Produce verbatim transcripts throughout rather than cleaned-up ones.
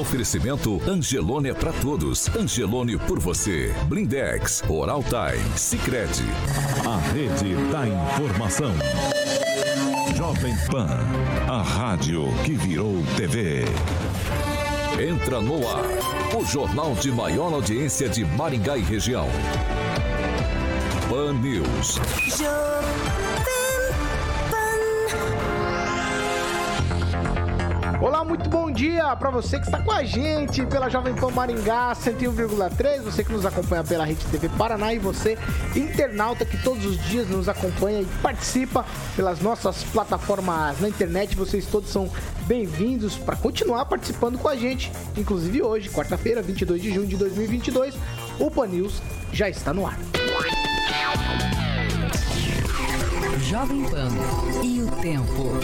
Oferecimento Angelone é pra todos. Angelone por você. Blindex, Oral Time, Sicredi. A rede da informação. Jovem Pan, a rádio que virou T V. Entra no ar, o jornal de maior audiência de Maringá e região. Pan News. Olá, muito bom dia para você que está com a gente pela Jovem Pan Maringá cento e um vírgula três, você que nos acompanha pela Rede T V Paraná e você, internauta que todos os dias nos acompanha e participa pelas nossas plataformas na internet. Vocês todos são bem-vindos para continuar participando com a gente. Inclusive hoje, quarta-feira, vinte e dois de junho de dois mil e vinte e dois, o Pan News já está no ar. Jovem Pan e o tempo.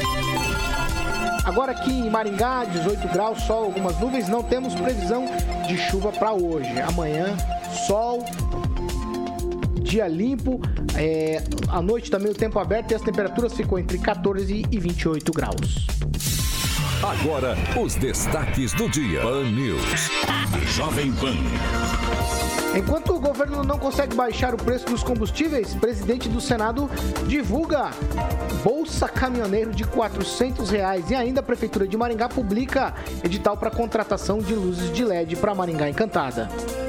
Agora aqui em Maringá, dezoito graus, sol, algumas nuvens, não temos previsão de chuva para hoje. Amanhã, sol, dia limpo, é, à noite também o tempo aberto e as temperaturas ficam entre catorze e vinte e oito graus. Agora, os destaques do dia. Pan News. Jovem Pan. Enquanto o governo não consegue baixar o preço dos combustíveis, o presidente do Senado divulga Bolsa Caminhoneiro de quatrocentos reais. E ainda a Prefeitura de Maringá publica edital para contratação de luzes de L E D para Maringá Encantada.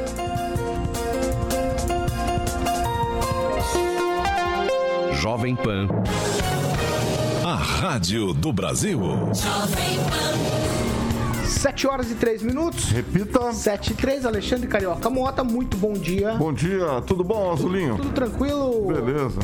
Jovem Pan. A rádio do Brasil. Jovem Pan. sete horas e três minutos. Repita. sete e três, Alexandre Carioca Mota, muito bom dia. Bom dia, tudo bom, Azulinho? Tudo, tudo tranquilo? Beleza.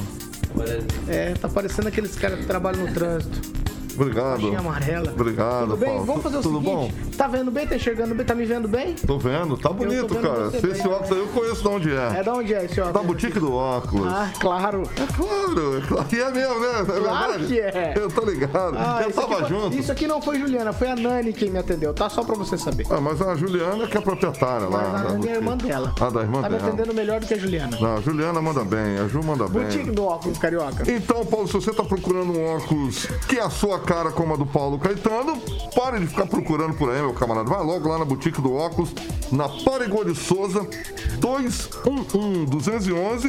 É, tá parecendo aqueles caras que trabalham no trânsito. Obrigado. Caixinha amarela. Obrigado, Tudo bem? Paulo. Vamos fazer o tudo seguinte. Bom? Tá vendo bem? Tá enxergando bem? Tá me vendo bem? Tô vendo, tá bonito, vendo cara. você Se bem, esse óculos aí eu conheço de onde é. É da onde é esse óculos? Da boutique do óculos. Ah, claro. É claro, é claro. E é mesmo, né? É Claro verdade? que é. Eu tô ligado. Ah, eu isso tava aqui foi- junto. Isso aqui não foi Juliana, foi a Nani quem me atendeu, tá? Só pra você saber. Ah, mas a Juliana que é proprietária lá. Mas a da Nani é a boutique. irmã dela. Ah, da irmã Tá me dela. atendendo melhor do que a Juliana. Não, a Juliana manda bem, a Ju manda bem. Boutique do óculos, Carioca. Então, Paulo, se você tá procurando um óculos que é a sua cara como a do Paulo Caetano, pare de ficar procurando por aí, meu camarada. Vai logo lá na boutique do óculos, na Parigô de Souza, dois um um dois um um.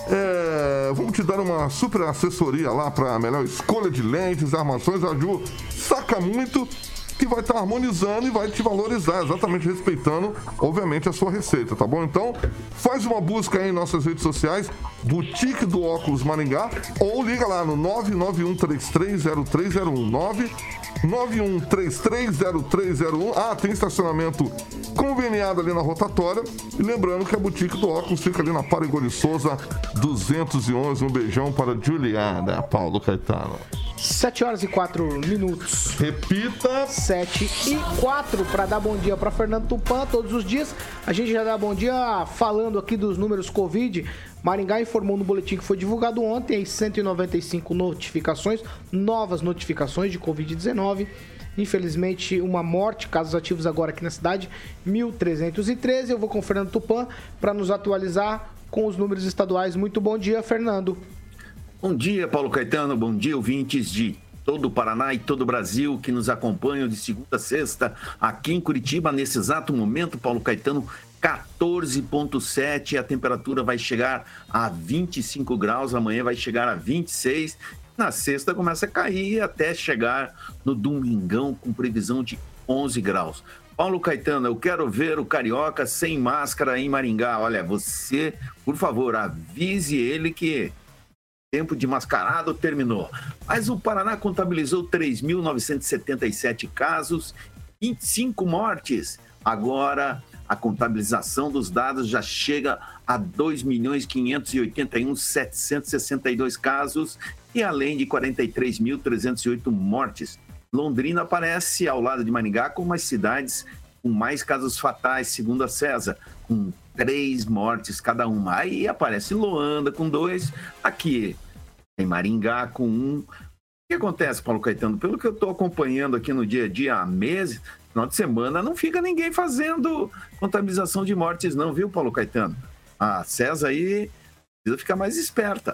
É, vamos te dar uma super assessoria lá para melhor escolha de lentes, armações. A Ju saca muito, que vai estar harmonizando e vai te valorizar, exatamente respeitando, obviamente, a sua receita, tá bom? Então, faz uma busca aí em nossas redes sociais, Boutique do Óculos Maringá, ou liga lá no nove nove um três três zero três zero um, nove nove um três três zero três zero um. Ah, tem estacionamento conveniado ali na rotatória. E lembrando que a Boutique do Óculos fica ali na Parigô de Souza, duzentos e onze. Um beijão para Juliana, Paulo Caetano. sete horas e quatro minutos. Repita. sete e quatro para dar bom dia para Fernando Tupan todos os dias. A gente já dá bom dia falando aqui dos números Covid. Maringá informou no boletim que foi divulgado ontem aí cento e noventa e cinco notificações, novas notificações de covid dezenove. Infelizmente, uma morte, casos ativos agora aqui na cidade, mil trezentos e treze. Eu vou com o Fernando Tupan para nos atualizar com os números estaduais. Muito bom dia, Fernando. Bom dia, Paulo Caetano. Bom dia, ouvintes de todo o Paraná e todo o Brasil que nos acompanham de segunda a sexta aqui em Curitiba. Nesse exato momento, Paulo Caetano, quatorze vírgula sete. A temperatura vai chegar a vinte e cinco graus. Amanhã vai chegar a vinte e seis. Na sexta começa a cair até chegar no domingão com previsão de onze graus. Paulo Caetano, eu quero ver o Carioca sem máscara em Maringá. Olha, você, por favor, avise ele que tempo de mascarado terminou. Mas o Paraná contabilizou três mil novecentos e setenta e sete casos, vinte e cinco mortes. Agora, a contabilização dos dados já chega a dois milhões quinhentos e oitenta e um mil setecentos e sessenta e dois casos e além de quarenta e três mil trezentos e oito mortes. Londrina aparece ao lado de Maringá como as cidades com mais casos fatais, segundo a César, com três mortes cada uma. Aí aparece Loanda com dois, aqui em Maringá com um. O que acontece, Paulo Caetano? Pelo que eu estou acompanhando aqui no dia a dia há meses, no final de semana não fica ninguém fazendo contabilização de mortes não, viu, Paulo Caetano? A César aí precisa ficar mais esperta.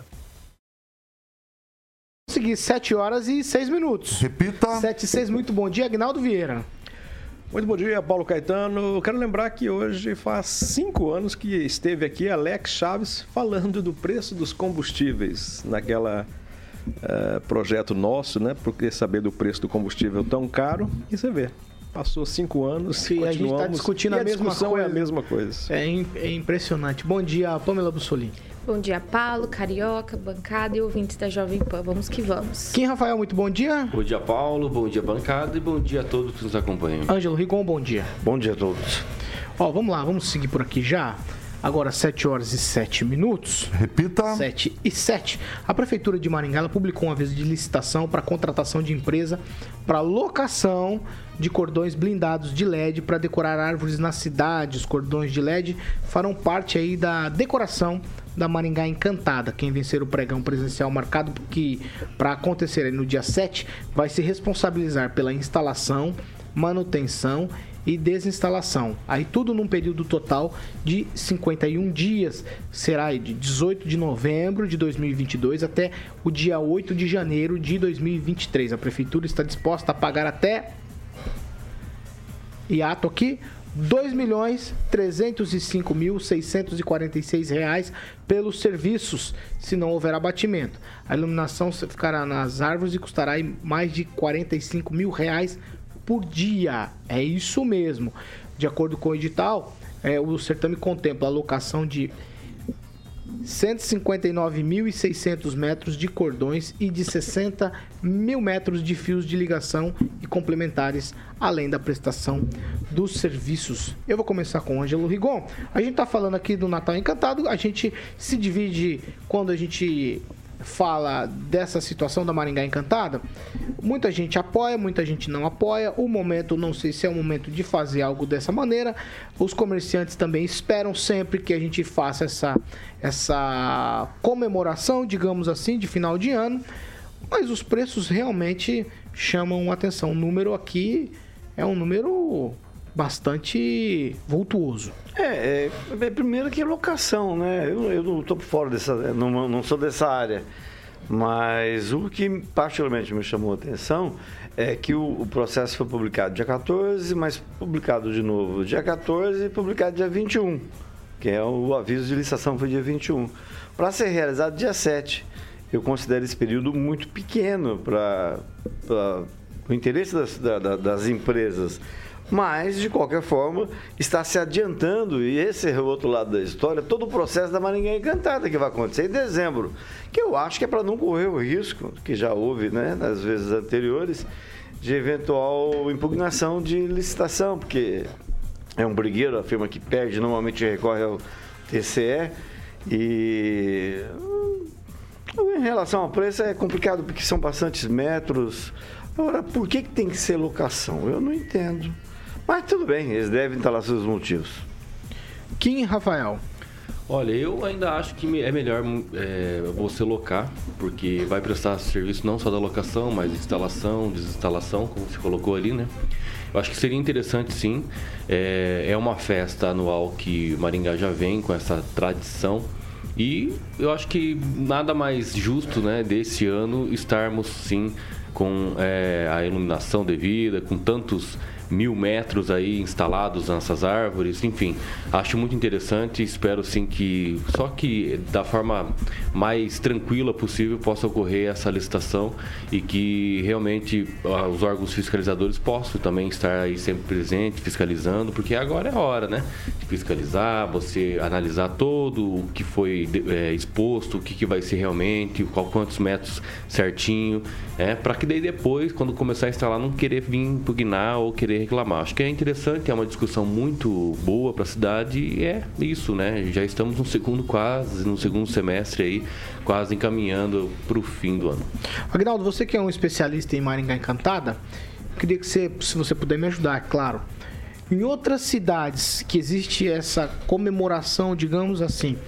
Seguir sete horas e seis minutos. Repita. sete e seis, muito bom dia, Agnaldo Vieira. Muito bom dia, Paulo Caetano. Eu quero lembrar que hoje faz cinco anos que esteve aqui Alex Chaves falando do preço dos combustíveis naquela uh, projeto nosso, né? Porque saber do preço do combustível tão caro, e você vê. Passou cinco anos, Sim, a gente está discutindo a, a mesma coisa. É a mesma coisa. É, é impressionante. Bom dia, Pamela Bussolini. Bom dia, Paulo, Carioca, bancada e ouvintes da Jovem Pan. Vamos que vamos. Kim Rafael, muito bom dia. Bom dia, Paulo. Bom dia, bancada. E bom dia a todos que nos acompanham. Ângelo Rigon, bom dia. Bom dia a todos. Ó, vamos lá, vamos seguir por aqui já. Agora, sete horas e sete minutos. Repita. sete e sete. A Prefeitura de Maringá ela publicou um aviso de licitação para contratação de empresa para locação de cordões blindados de L E D para decorar árvores na cidade. Os cordões de L E D farão parte aí da decoração da Maringá Encantada. Quem vencer o pregão presencial marcado para acontecer aí no dia sete vai se responsabilizar pela instalação, manutenção e desinstalação. Aí tudo num período total de cinquenta e um dias. Será aí de dezoito de novembro de dois mil e vinte e dois até o dia oito de janeiro de dois mil e vinte e três. A Prefeitura está disposta a pagar até... E ato aqui... dois milhões trezentos e cinco mil seiscentos e quarenta e seis reais pelos serviços, se não houver abatimento. A iluminação ficará nas árvores e custará mais de quarenta e cinco mil reais por dia. É isso mesmo. De acordo com o edital, é, o certame contempla a alocação de cento e cinquenta e nove mil e seiscentos metros de cordões e de sessenta mil metros de fios de ligação e complementares, além da prestação dos serviços. Eu vou começar com o Ângelo Rigon. A gente está falando aqui do Natal Encantado, a gente se divide quando a gente fala dessa situação da Maringá Encantada. Muita gente apoia, muita gente não apoia. O momento, não sei se é o momento de fazer algo dessa maneira. Os comerciantes também esperam sempre que a gente faça essa, essa comemoração, digamos assim, de final de ano. Mas os preços realmente chamam atenção. O número aqui é um número bastante vultuoso. É, é, é primeiro que é locação, né? Eu, eu não estou fora dessa, não, não sou dessa área, mas o que particularmente me chamou a atenção é que o, o processo foi publicado dia quatorze, mas publicado de novo dia quatorze e publicado dia vinte e um, que é o aviso de licitação foi dia vinte e um, para ser realizado dia sete. Eu considero esse período muito pequeno para o interesse das, da, das empresas. Mas, de qualquer forma, está se adiantando, e esse é o outro lado da história, todo o processo da Maringá Encantada que vai acontecer em dezembro, que eu acho que é para não correr o risco, que já houve, né, nas vezes anteriores, de eventual impugnação de licitação, porque é um brigueiro, a firma que perde normalmente recorre ao T C E, e em relação ao preço é complicado, porque são bastantes metros. Agora, por que, que tem que ser locação? Eu não entendo. Mas tudo bem, eles devem estar lá seus motivos. Kim Rafael. Olha, eu ainda acho que é melhor é, você locar, porque vai prestar serviço não só da locação, mas instalação, desinstalação, como você colocou ali, né? Eu acho que seria interessante, sim. É, é uma festa anual que Maringá já vem com essa tradição. E eu acho que nada mais justo, né, desse ano estarmos, sim, com é, a iluminação devida, com tantos mil metros aí instalados nessas árvores, enfim, acho muito interessante, espero sim que, só que da forma mais tranquila possível possa ocorrer essa licitação e que realmente uh, os órgãos fiscalizadores possam também estar aí sempre presentes, fiscalizando, porque agora é a hora, né, de fiscalizar, você analisar todo o que foi é, exposto, o que, que vai ser realmente, qual, quantos metros certinho, é, para que daí depois, quando começar a instalar, não querer vir impugnar ou querer reclamar. Acho que é interessante, é uma discussão muito boa para a cidade e é isso, né? Já estamos no segundo quase, no segundo semestre aí, quase encaminhando para o fim do ano. Aguinaldo, você que é um especialista em Maringá Encantada, queria que você, se você puder me ajudar, é claro. Em outras cidades que existe essa comemoração, digamos assim,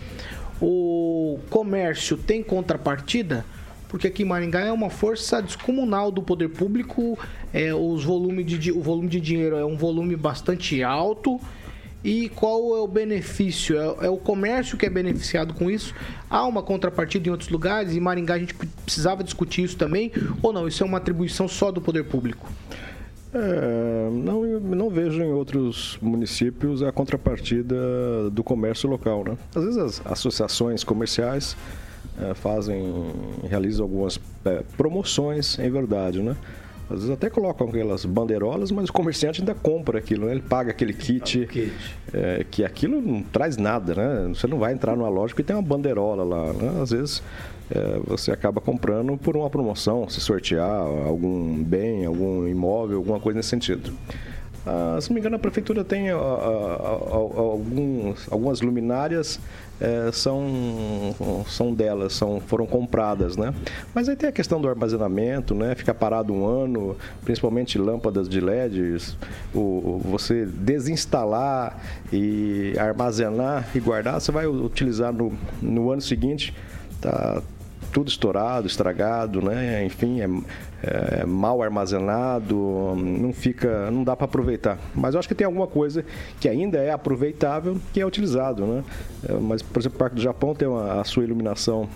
o comércio tem contrapartida? Porque aqui em Maringá é uma força descomunal do poder público, é, os volume de, o volume de dinheiro é um volume bastante alto. E qual é o benefício? É, é o comércio que é beneficiado com isso? Há uma contrapartida em outros lugares? Em Maringá a gente precisava discutir isso também? Ou não? Isso é uma atribuição só do poder público? É, não, não vejo em outros municípios a contrapartida do comércio local, né? Às vezes as associações comerciais é, fazem, realizam algumas é, promoções, em verdade, né? Às vezes até colocam aquelas bandeirolas, mas o comerciante ainda compra aquilo, né? Ele paga aquele kit, kit. É, que aquilo não traz nada, né? Você não vai entrar numa loja que tem uma bandeirola lá, né? Às vezes é, você acaba comprando por uma promoção, se sortear algum bem, algum imóvel, alguma coisa nesse sentido. Ah, se não me engano, a prefeitura tem a, a, a, alguns, algumas luminárias, é, são, são delas, são, foram compradas, né? Mas aí tem a questão do armazenamento, né? Ficar parado um ano, principalmente lâmpadas de L E Ds, o, o, você desinstalar e armazenar e guardar, você vai utilizar no, no ano seguinte, tá tudo estourado, estragado, né? Enfim, é, é mal armazenado, não fica, não dá para aproveitar. Mas eu acho que tem alguma coisa que ainda é aproveitável, que é utilizado, né? É, mas, por exemplo, o Parque do Japão tem uma, a sua iluminação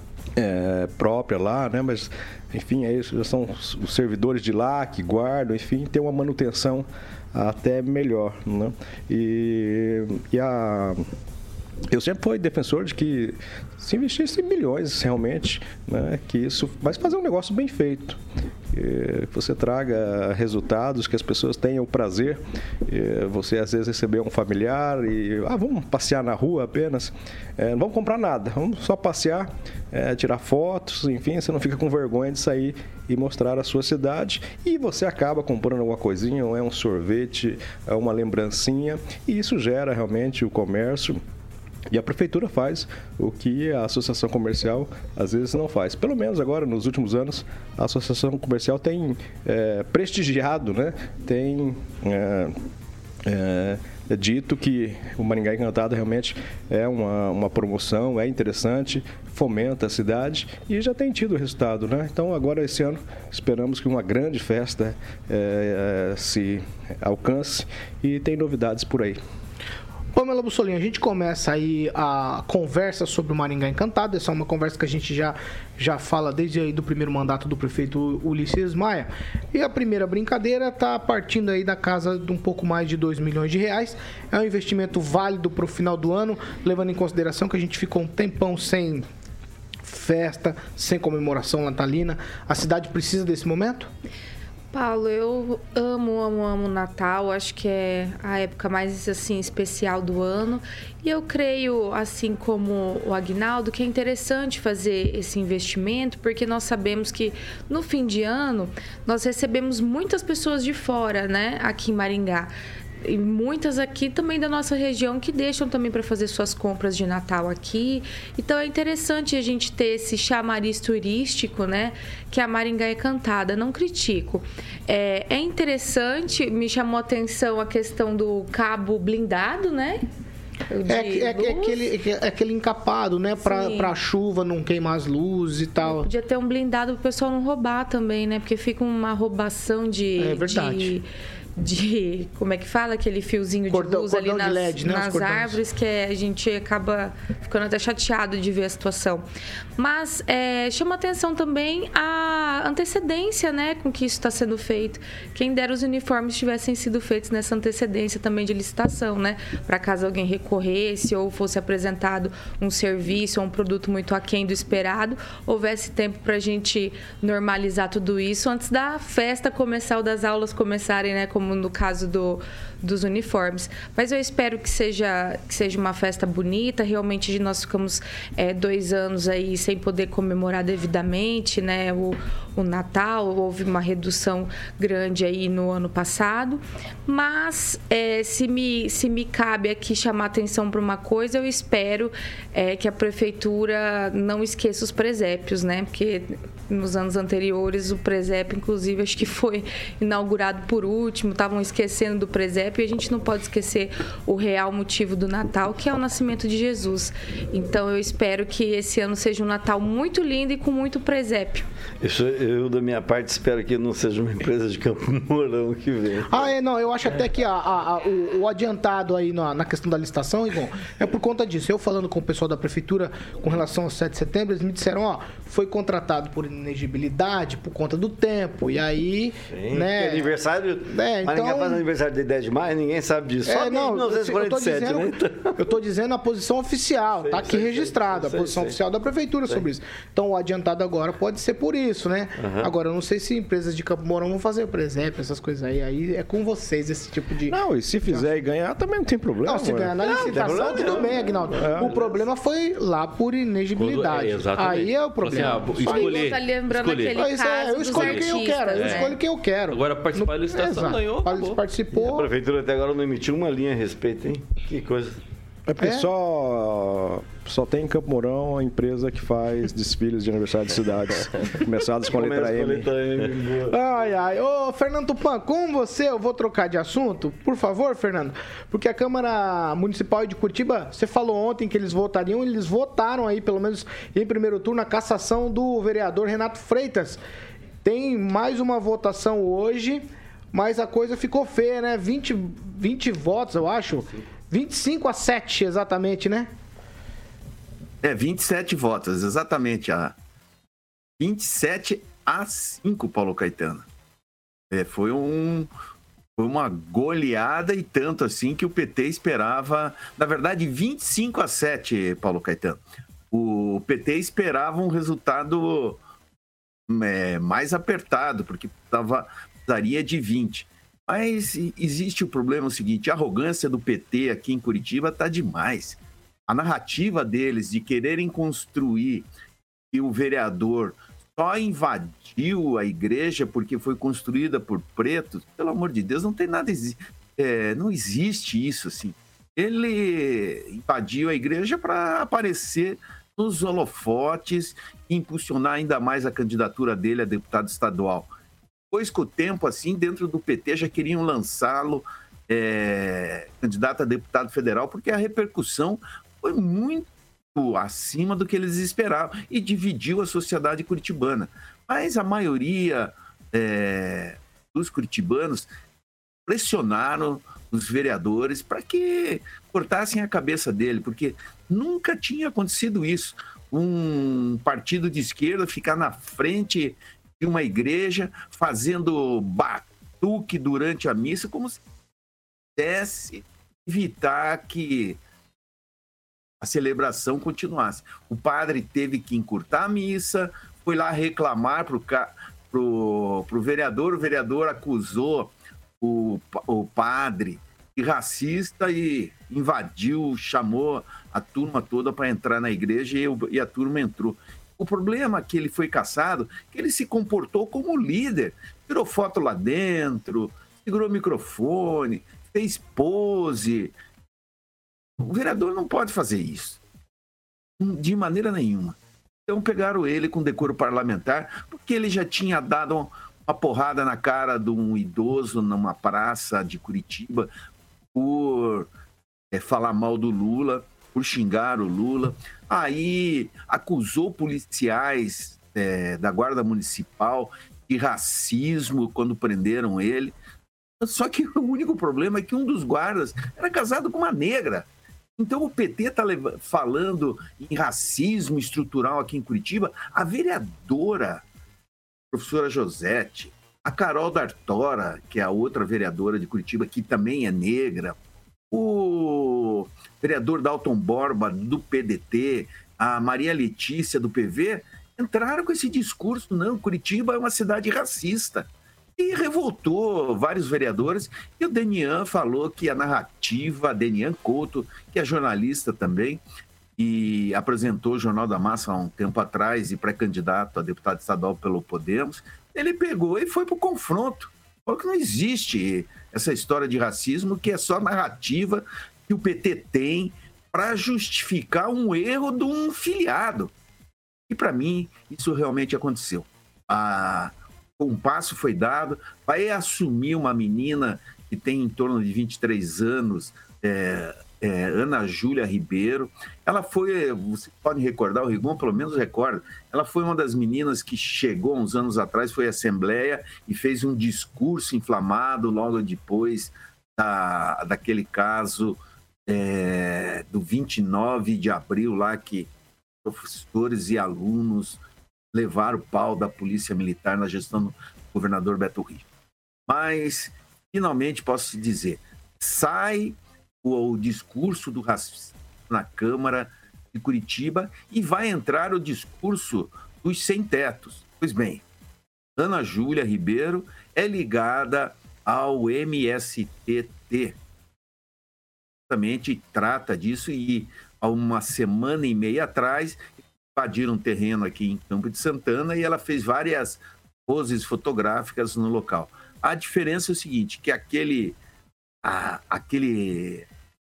é, própria lá, né? Mas, enfim, é isso, são os servidores de lá que guardam, enfim, tem uma manutenção até melhor, né? E, e a... Eu sempre fui defensor de que se investisse em milhões realmente, né, que isso, mas fazer um negócio bem feito, que você traga resultados, que as pessoas tenham o prazer, você às vezes receber um familiar e, ah, vamos passear na rua apenas, é, não vamos comprar nada, vamos só passear, é, tirar fotos, enfim, você não fica com vergonha de sair e mostrar a sua cidade e você acaba comprando alguma coisinha, ou é um sorvete, é uma lembrancinha, e isso gera realmente o comércio. E a prefeitura faz o que a associação comercial às vezes não faz. Pelo menos agora, nos últimos anos, a associação comercial tem é, prestigiado, né? Tem é, é, é dito que o Maringá Encantado realmente é uma, uma promoção, é interessante, fomenta a cidade e já tem tido resultado, né? Então agora esse ano esperamos que uma grande festa é, é, se alcance e tem novidades por aí. Pamela Bussolini, a gente começa aí a conversa sobre o Maringá Encantado. Essa é uma conversa que a gente já, já fala desde aí do primeiro mandato do prefeito Ulisses Maia. E a primeira brincadeira está partindo aí da casa de um pouco mais de dois milhões de reais. É um investimento válido para o final do ano, levando em consideração que a gente ficou um tempão sem festa, sem comemoração natalina. A cidade precisa desse momento? Paulo, eu amo, amo, amo Natal. Acho que é a época mais, assim, especial do ano. E eu creio, assim como o Aguinaldo, que é interessante fazer esse investimento, porque nós sabemos que no fim de ano nós recebemos muitas pessoas de fora, né, aqui em Maringá. E muitas aqui também da nossa região que deixam também para fazer suas compras de Natal aqui. Então é interessante a gente ter esse chamariz turístico, né? Que a Maringá Encantada. Não critico. É, é interessante, me chamou a atenção a questão do cabo blindado, né? É, é, é, aquele, é aquele encapado, né? Pra, pra chuva não queimar as luzes e tal. Podia ter um blindado pro pessoal não roubar também, né? Porque fica uma roubação de... É verdade. De... de, como é que fala, aquele fiozinho cordão, de luz ali nas, de L E D, né? nas árvores, que é, a gente acaba ficando até chateado de ver a situação. Mas é, chama atenção também a antecedência, né, com que isso está sendo feito. Quem dera os uniformes tivessem sido feitos nessa antecedência também de licitação, né, para caso alguém recorresse ou fosse apresentado um serviço ou um produto muito aquém do esperado, houvesse tempo para a gente normalizar tudo isso antes da festa começar ou das aulas começarem, né, como no caso do, dos uniformes. Mas eu espero que seja, que seja uma festa bonita. Realmente nós ficamos é, dois anos aí sem poder comemorar devidamente, né, o, o Natal. Houve uma redução grande aí no ano passado. Mas é, se, me, se me cabe aqui chamar atenção para uma coisa, eu espero é, que a prefeitura não esqueça os presépios, né? Porque nos anos anteriores o presépio, inclusive, acho que foi inaugurado por último, estavam esquecendo do presépio, e a gente não pode esquecer o real motivo do Natal, que é o nascimento de Jesus. Então eu espero que esse ano seja um Natal muito lindo e com muito presépio. Isso, eu, da minha parte, espero que não seja uma empresa de Campo Mourão que vem. Ah, é, não, eu acho até que a, a, a, o, o adiantado aí na, na questão da licitação, Igor, é por conta disso. Eu falando com o pessoal da prefeitura com relação ao sete de setembro, eles me disseram, ó, foi contratado por inegibilidade por conta do tempo. E aí, Sim, né? Aniversário. É, Mas então- ninguém faz aniversário de dez de maio, ninguém sabe disso. Só É, não, desde mil novecentos e quarenta e sete, eu, tô né? dizendo, Então- eu tô dizendo a posição oficial, Sei, tá aqui sei, sei, registrado, sei, a posição sei. oficial da prefeitura sobre isso. Então, o adiantado agora pode ser por isso, né? Aham. Agora, eu não sei se empresas de Campo Mourão vão fazer o presépio, essas coisas aí. Aí é com vocês esse tipo de... Não, e se fizer e ganhar, também não tem problema. Não, se ué. ganhar na licitação, problema tudo nenhum. bem, Agnaldo. É. O problema foi lá por inegibilidade. Quando- é, exatamente. Aí é o problema. Assim, ah, Só escolher- isso. Tá lembrando escolher. aquele Mas, é, caso eu dos escolho quem eu quero, eu artistas, escolho né? quem eu quero. Agora, participar da licitação, Exato. ganhou, acabou. A Participou. prefeitura até agora não emitiu uma linha a respeito, hein? Que coisa. É porque É? só, só tem em Campo Mourão a empresa que faz desfiles de aniversário de cidades, começados com a letra Começa com a M. letra M, boa. Ai, ai. Ô, Fernando Tupan, com você eu vou trocar de assunto, por favor, Fernando. Porque a Câmara Municipal de Curitiba, você falou ontem que eles votariam, eles votaram aí, pelo menos em primeiro turno, a cassação do vereador Renato Freitas. Tem mais uma votação hoje, mas a coisa ficou feia, né? vinte, vinte votos, eu acho. vinte e cinco a sete, exatamente, né? É, vinte e sete votos, exatamente. A vinte e sete a cinco, Paulo Caetano. É, foi, um, foi uma goleada e tanto assim que o P T esperava. Na verdade, vinte e cinco a sete, Paulo Caetano. O P T esperava um resultado é, mais apertado, porque tava, precisaria de vinte. Mas existe o problema seguinte: a arrogância do P T aqui em Curitiba está demais. A narrativa deles de quererem construir que o vereador só invadiu a igreja porque foi construída por pretos, pelo amor de Deus, não tem nada, é, não existe isso assim. Ele invadiu a igreja para aparecer nos holofotes e impulsionar ainda mais a candidatura dele a deputado estadual. Depois, com o tempo, assim, dentro do P T já queriam lançá-lo é, candidato a deputado federal, porque a repercussão foi muito acima do que eles esperavam e dividiu a sociedade curitibana. Mas a maioria é, dos curitibanos pressionaram os vereadores para que cortassem a cabeça dele, porque nunca tinha acontecido isso. Um partido de esquerda ficar na frente de uma igreja fazendo batuque durante a missa, como se pudesse evitar que a celebração continuasse. O padre teve que encurtar a missa, foi lá reclamar para o pro, pro vereador, o vereador acusou o, o padre de racista e invadiu, chamou a turma toda para entrar na igreja e, e a turma entrou. O problema é que ele foi cassado, que ele se comportou como líder, tirou foto lá dentro, segurou o microfone, fez pose. O vereador não pode fazer isso, de maneira nenhuma. Então pegaram ele com decoro parlamentar, porque ele já tinha dado uma porrada na cara de um idoso numa praça de Curitiba por é, falar mal do Lula, por xingar o Lula. Aí acusou policiais é, da Guarda Municipal de racismo quando prenderam ele. Só que o único problema é que um dos guardas era casado com uma negra. Então o P T está falando em racismo estrutural aqui em Curitiba. A vereadora, a professora Josete, a Carol D'Artora, que é a outra vereadora de Curitiba, que também é negra, o vereador Dalton Borba, do P D T, a Maria Letícia, do P V, entraram com esse discurso, não, Curitiba é uma cidade racista. E revoltou vários vereadores. E o Denian falou que a narrativa, Denian Couto, que é jornalista também, e apresentou o Jornal da Massa há um tempo atrás e pré-candidato a deputado estadual pelo Podemos, ele pegou e foi para o confronto. Falou que não existe essa história de racismo, que é só narrativa que o P T tem para justificar um erro de um filiado. E para mim, isso realmente aconteceu. A... Um passo foi dado, vai assumir uma menina que tem em torno de vinte e três anos, é, é, Ana Júlia Ribeiro. Ela foi, você pode recordar, o Rigon pelo menos recorda, ela foi uma das meninas que chegou uns anos atrás, foi à Assembleia e fez um discurso inflamado logo depois da, daquele caso é, do vinte e nove de abril lá, que professores e alunos levar o pau da polícia militar na gestão do governador Beto Richa. Mas, finalmente, posso te dizer, sai o, o discurso do racismo na Câmara de Curitiba e vai entrar o discurso dos sem-tetos. Pois bem, Ana Júlia Ribeiro é ligada ao M S T T. Justamente trata disso e há uma semana e meia atrás invadiram um terreno aqui em Campo de Santana e ela fez várias poses fotográficas no local. A diferença é o seguinte, que aquele, a, aquele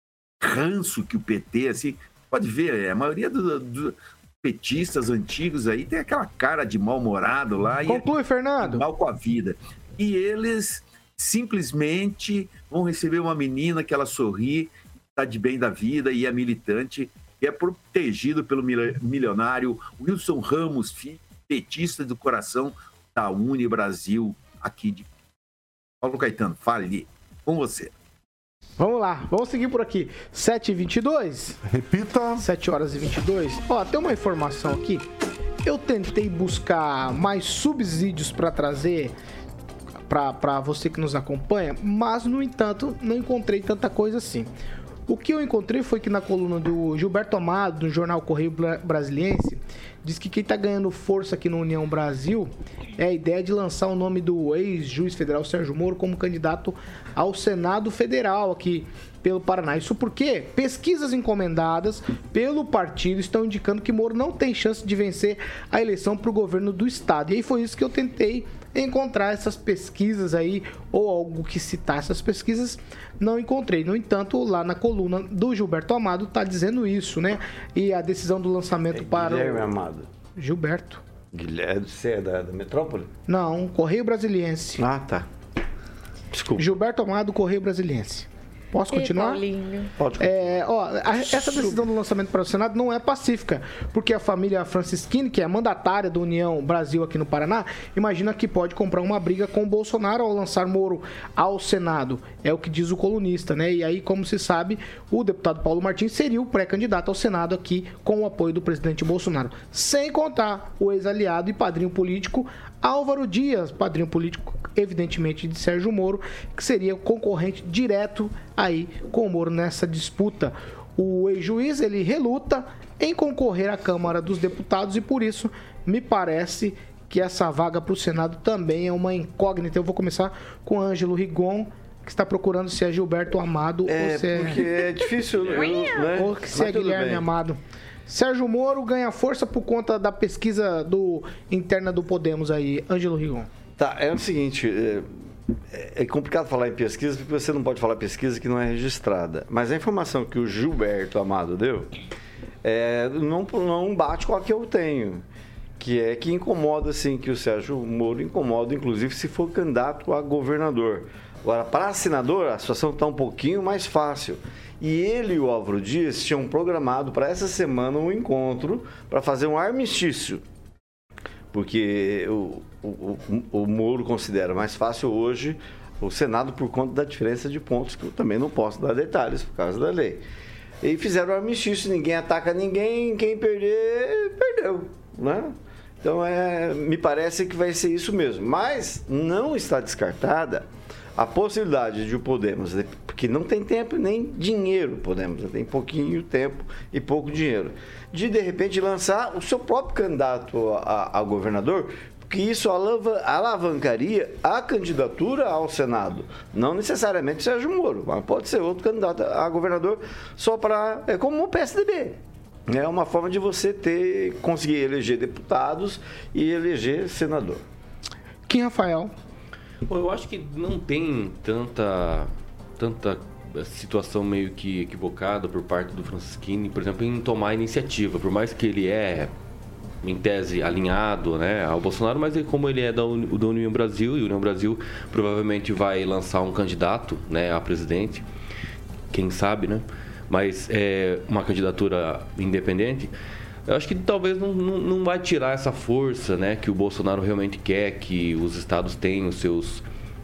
ranço que o P T, assim, pode ver, a maioria dos do petistas antigos aí tem aquela cara de mal-humorado lá. Conclui, e, Fernando. Mal com a vida. E eles simplesmente vão receber uma menina que ela sorri, está de bem da vida e é militante, e é protegido pelo milionário Wilson Ramos, filho, petista do coração da Uni Brasil, aqui de Paulo Caetano. Fale com você. Vamos lá, vamos seguir por aqui. sete e vinte e dois. Repita. sete horas e vinte e dois. Ó, tem uma informação aqui. Eu tentei buscar mais subsídios para trazer para você que nos acompanha, mas, no entanto, não encontrei tanta coisa assim. O que eu encontrei foi que na coluna do Gilberto Amado, do jornal Correio Brasiliense, diz que quem está ganhando força aqui no União Brasil é a ideia de lançar o nome do ex-juiz federal Sérgio Moro como candidato ao Senado Federal aqui pelo Paraná. Isso porque pesquisas encomendadas pelo partido estão indicando que Moro não tem chance de vencer a eleição para o governo do estado. E aí foi isso que eu tentei encontrar essas pesquisas aí, ou algo que citar essas pesquisas, não encontrei. No entanto, lá na coluna do Gilberto Amado está dizendo isso, né? E a decisão do lançamento é para Guilherme o... Amado. Gilberto. Guilherme, você é da, da Metrópole? Não, Correio Brasiliense. Ah, tá. Desculpa. Gilberto Amado, Correio Brasiliense. Posso continuar? Ei, Pode. É, ó, a, essa decisão do lançamento para o Senado não é pacífica, porque a família Francisquini, que é mandatária da União Brasil aqui no Paraná, imagina que pode comprar uma briga com o Bolsonaro ao lançar Moro ao Senado. É o que diz o colunista, né? E aí, como se sabe, o deputado Paulo Martins seria o pré-candidato ao Senado aqui com o apoio do presidente Bolsonaro. Sem contar o ex-aliado e padrinho político Álvaro Dias, padrinho político, evidentemente, de Sérgio Moro, que seria concorrente direto aí com o Moro nessa disputa. O ex-juiz, ele reluta em concorrer à Câmara dos Deputados e, por isso, me parece que essa vaga para o Senado também é uma incógnita. Eu vou começar com Ângelo Rigon, que está procurando se é Gilberto Amado é, ou se é... porque é difícil, né? Ou se é Guilherme Amado. Sérgio Moro ganha força por conta da pesquisa do, interna do Podemos aí. Ângelo Rigon. Tá, é o seguinte, é, é complicado falar em pesquisa porque você não pode falar pesquisa que não é registrada. Mas a informação que o Gilberto Amado deu é, não, não bate com a que eu tenho. Que é que incomoda, assim, que o Sérgio Moro incomoda, inclusive, se for candidato a governador. Agora, para senador, a situação está um pouquinho mais fácil. E ele e o Álvaro Dias tinham programado para essa semana um encontro para fazer um armistício. Porque o, o, o Moro considera mais fácil hoje o Senado por conta da diferença de pontos, que eu também não posso dar detalhes por causa da lei. E fizeram o armistício, ninguém ataca ninguém, quem perder, perdeu, né? Então, é, me parece que vai ser isso mesmo. Mas não está descartada a possibilidade de o Podemos, porque não tem tempo nem dinheiro, Podemos, tem pouquinho tempo e pouco dinheiro, de de repente lançar o seu próprio candidato a, a governador, porque isso alav- alavancaria a candidatura ao Senado. Não necessariamente Sérgio Moro, mas pode ser outro candidato a governador, só para. É como o P S D B. É uma forma de você ter, conseguir eleger deputados e eleger senador. Kim Rafael. Bom, eu acho que não tem tanta, tanta situação meio que equivocada por parte do Francisquini, por exemplo, em tomar iniciativa, por mais que ele é, em tese, alinhado, né, ao Bolsonaro, mas como ele é da, da União Brasil, e a União Brasil provavelmente vai lançar um candidato, né, a presidente, quem sabe, né, mas é uma candidatura independente. Eu acho que talvez não, não, não vai tirar essa força, né, que o Bolsonaro realmente quer, que os estados tenham os seus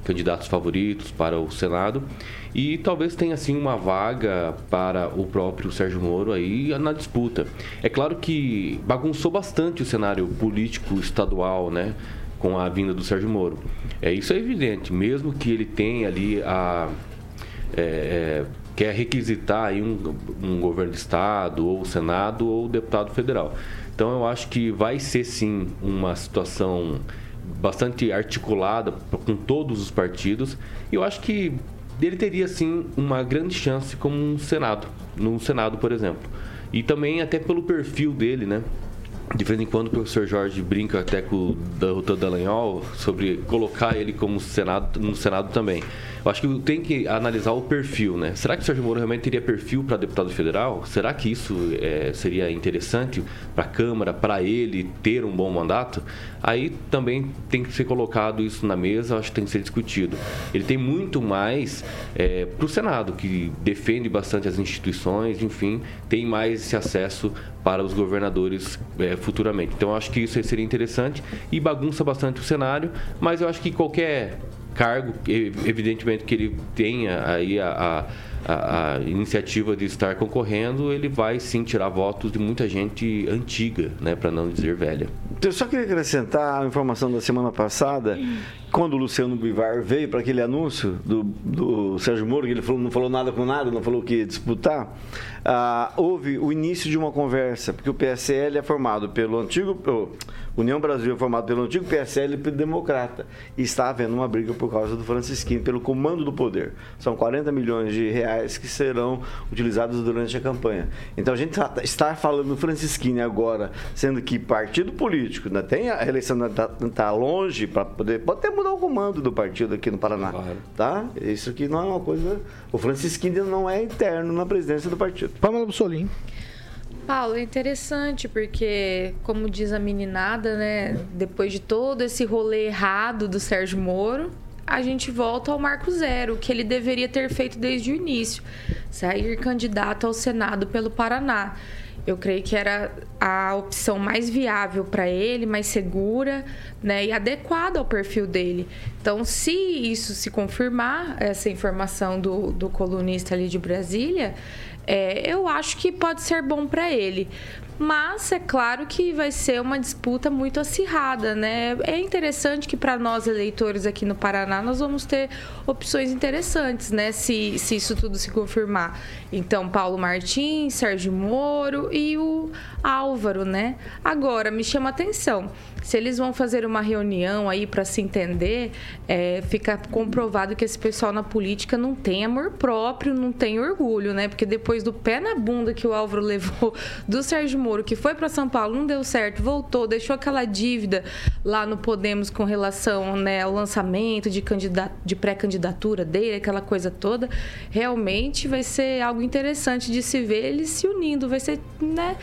candidatos favoritos para o Senado. E talvez tenha, assim, uma vaga para o próprio Sérgio Moro aí na disputa. É claro que bagunçou bastante o cenário político estadual, né? Com a vinda do Sérgio Moro. É, isso é evidente, mesmo que ele tenha ali a... É, é, quer requisitar aí um, um governo de estado, ou o Senado, ou o deputado federal. Então, eu acho que vai ser, sim, uma situação bastante articulada com todos os partidos. E eu acho que ele teria, sim, uma grande chance como um Senado, no Senado, por exemplo. E também até pelo perfil dele, né? De vez em quando o professor Jorge brinca até com o doutor Dallagnol sobre colocar ele como Senado, no Senado também. Eu acho que tem que analisar o perfil, né? Será que o Sérgio Moro realmente teria perfil para deputado federal? Será que isso é, seria interessante para a Câmara, para ele ter um bom mandato? Aí também tem que ser colocado isso na mesa, acho que tem que ser discutido. Ele tem muito mais é, para o Senado, que defende bastante as instituições, enfim, tem mais esse acesso para os governadores é, futuramente. Então, eu acho que isso seria interessante e bagunça bastante o cenário, mas eu acho que qualquer cargo, evidentemente que ele tenha aí a, a, a iniciativa de estar concorrendo, ele vai sim tirar votos de muita gente antiga, né, para não dizer velha. Eu só queria acrescentar a informação da semana passada, quando o Luciano Bivar veio para aquele anúncio do, do Sérgio Moro, que ele falou, não falou nada com nada, não falou que ia disputar, ah, houve o início de uma conversa, porque o P S L é formado pelo antigo... Oh, União Brasil é formado pelo antigo P S L e pelo Democrata. E está havendo uma briga por causa do Francisquinho, pelo comando do poder. São quarenta milhões de reais que serão utilizados durante a campanha. Então a gente está falando do Francisquinho agora, sendo que partido político, né, tem a eleição está tá longe para poder. Pode até mudar o comando do partido aqui no Paraná. Claro. Tá? Isso aqui não é uma coisa. O Francisquinho não é interno na presidência do partido. Pamela Bussolini. Paulo, é interessante porque, como diz a meninada, né, depois de todo esse rolê errado do Sérgio Moro, a gente volta ao marco zero, o que ele deveria ter feito desde o início, sair candidato ao Senado pelo Paraná. Eu creio que era a opção mais viável para ele, mais segura, né, e adequada ao perfil dele. Então, se isso se confirmar, essa informação do, do colunista ali de Brasília, é, eu acho que pode ser bom para ele. Mas é claro que vai ser uma disputa muito acirrada, né? É interessante que para nós eleitores aqui no Paraná nós vamos ter opções interessantes, né? Se, se isso tudo se confirmar. Então, Paulo Martins, Sérgio Moro e o Álvaro, né? Agora, me chama a atenção, se eles vão fazer uma reunião aí para se entender, é, fica comprovado que esse pessoal na política não tem amor próprio, não tem orgulho, né? Porque depois do pé na bunda que o Álvaro levou do Sérgio Moro, que foi para São Paulo, não deu certo, voltou, deixou aquela dívida lá no Podemos com relação, né, ao lançamento de, candidato, de pré-candidatura dele, aquela coisa toda, realmente vai ser algo interessante de se ver eles se unindo, vai ser, né,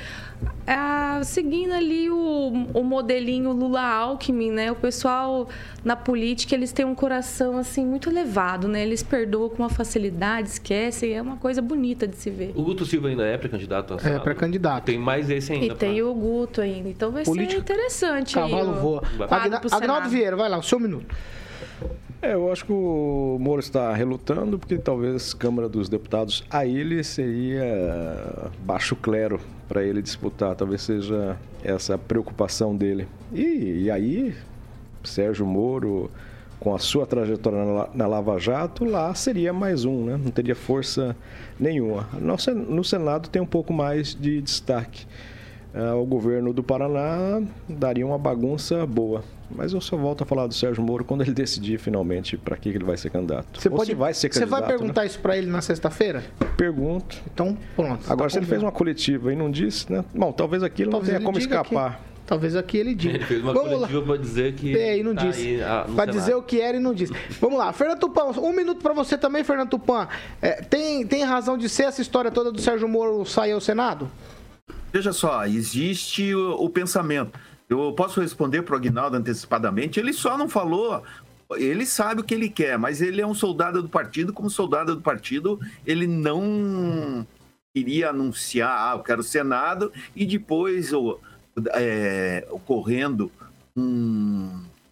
ah, seguindo ali o, o modelinho Lula-Alckmin, né, o pessoal na política, eles têm um coração, assim, muito elevado, né, eles perdoam com uma facilidade, esquecem, é uma coisa bonita de se ver. O Guto Silva ainda é pré-candidato? É, pré-candidato. Tem mais esse ainda. E tem pra... o Guto ainda, então vai Política, ser interessante. Cavalo aí, voa. Agna, Agnaldo Vieira, vai lá, o seu minuto. É, eu acho que o Moro está relutando porque talvez Câmara dos Deputados a ele seria baixo clero para ele disputar, talvez seja essa a preocupação dele. E, e aí, Sérgio Moro, com a sua trajetória na, na Lava Jato, lá seria mais um, né? Não teria força nenhuma. No, no Senado tem um pouco mais de destaque. Uh, o governo do Paraná daria uma bagunça boa. Mas eu só volto a falar do Sérgio Moro quando ele decidir finalmente para que ele vai ser candidato. Você pode, vai ser candidato. Você vai perguntar, né, isso para ele na sexta-feira? Pergunto. Então, pronto. Agora, tá, se ele fez uma coletiva e não disse, né? Bom, talvez aqui ele não tenha como escapar. Que... Talvez aqui ele diga. Ele fez uma Vamos coletiva para dizer que... É, e não tá disse. Para dizer o que era e não disse. Vamos lá. Fernando Tupan, um minuto para você também, Fernando Tupan. É, tem, tem razão de ser essa história toda do Sérgio Moro sair ao Senado? Veja só, existe o, o pensamento. Eu posso responder para o Aguinaldo antecipadamente. Ele só não falou... Ele sabe o que ele quer, mas ele é um soldado do partido. Como soldado do partido, ele não queria anunciar, ah, eu quero o Senado, e depois... É, ocorrendo um,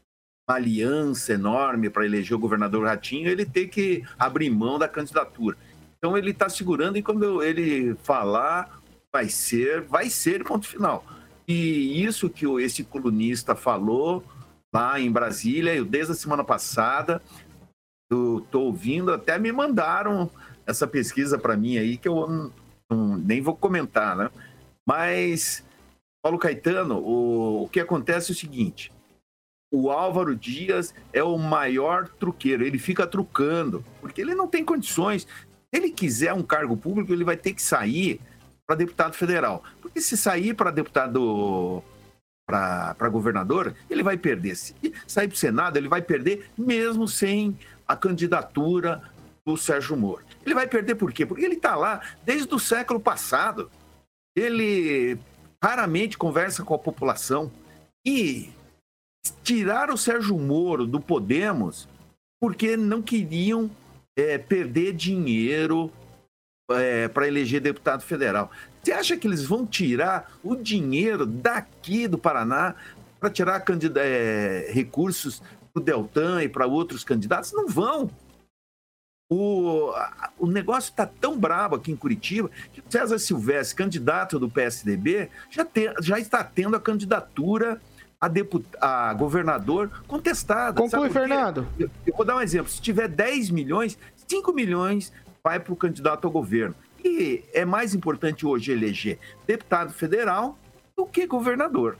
uma aliança enorme para eleger o governador Ratinho, ele ter que abrir mão da candidatura. Então ele está segurando e quando ele falar, vai ser, vai ser, ponto final. E isso que esse colunista falou lá em Brasília, eu desde a semana passada, eu estou ouvindo, até me mandaram essa pesquisa para mim aí, que eu não, não, nem vou comentar, né? Mas, Paulo Caetano, o, o que acontece é o seguinte, o Álvaro Dias é o maior truqueiro, ele fica trucando, porque ele não tem condições. Se ele quiser um cargo público, ele vai ter que sair para deputado federal. Porque se sair para deputado, para governador, ele vai perder. Se sair para o Senado, ele vai perder mesmo sem a candidatura do Sérgio Moro. Ele vai perder por quê? Porque ele está lá desde o século passado. Ele raramente conversa com a população. E tiraram o Sérgio Moro do Podemos porque não queriam é, perder dinheiro é, para eleger deputado federal. Você acha que eles vão tirar o dinheiro daqui do Paraná para tirar candida- é, recursos para o Deltan e para outros candidatos? Não vão. O, o negócio está tão brabo aqui em Curitiba que o César Silvestre, candidato do P S D B, já, te, já está tendo a candidatura a, deput, a governador contestada. Conclui, Fernando. Eu, eu vou dar um exemplo. Se tiver dez milhões, cinco milhões vai para o candidato ao governo. E é mais importante hoje eleger deputado federal do que governador.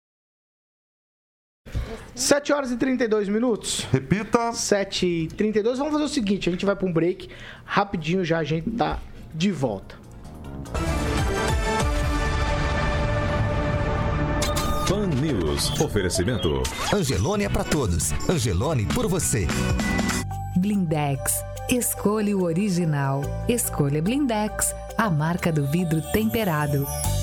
sete horas e trinta e dois minutos. Repita. sete e trinta e dois. Vamos fazer o seguinte, a gente vai para um break. Rapidinho já a gente tá de volta. Pan News. Oferecimento. Angelone é para todos. Angelone por você. Blindex. Escolha o original. Escolha Blindex, a marca do vidro temperado.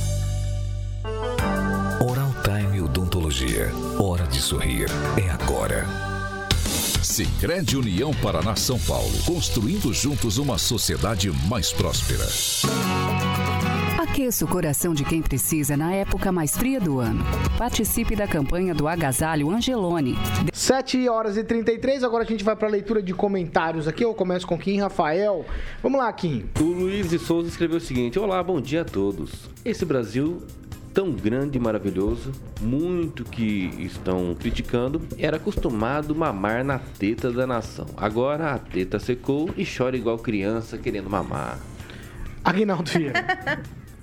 Oral Time Odontologia. Hora de sorrir. É agora. Sicredi União Paraná São Paulo. Construindo juntos uma sociedade mais próspera. Aqueça o coração de quem precisa na época mais fria do ano. Participe da campanha do Agasalho Angelone. sete horas e trinta e três, agora a gente vai para a leitura de comentários aqui. Eu começo com Kim Rafael. Vamos lá, Kim. O Luiz de Souza escreveu o seguinte: olá, bom dia a todos. Esse Brasil tão grande e maravilhoso, muito que estão criticando, era acostumado mamar na teta da nação. Agora a teta secou e chora igual criança querendo mamar. Aguinaldo Vieira.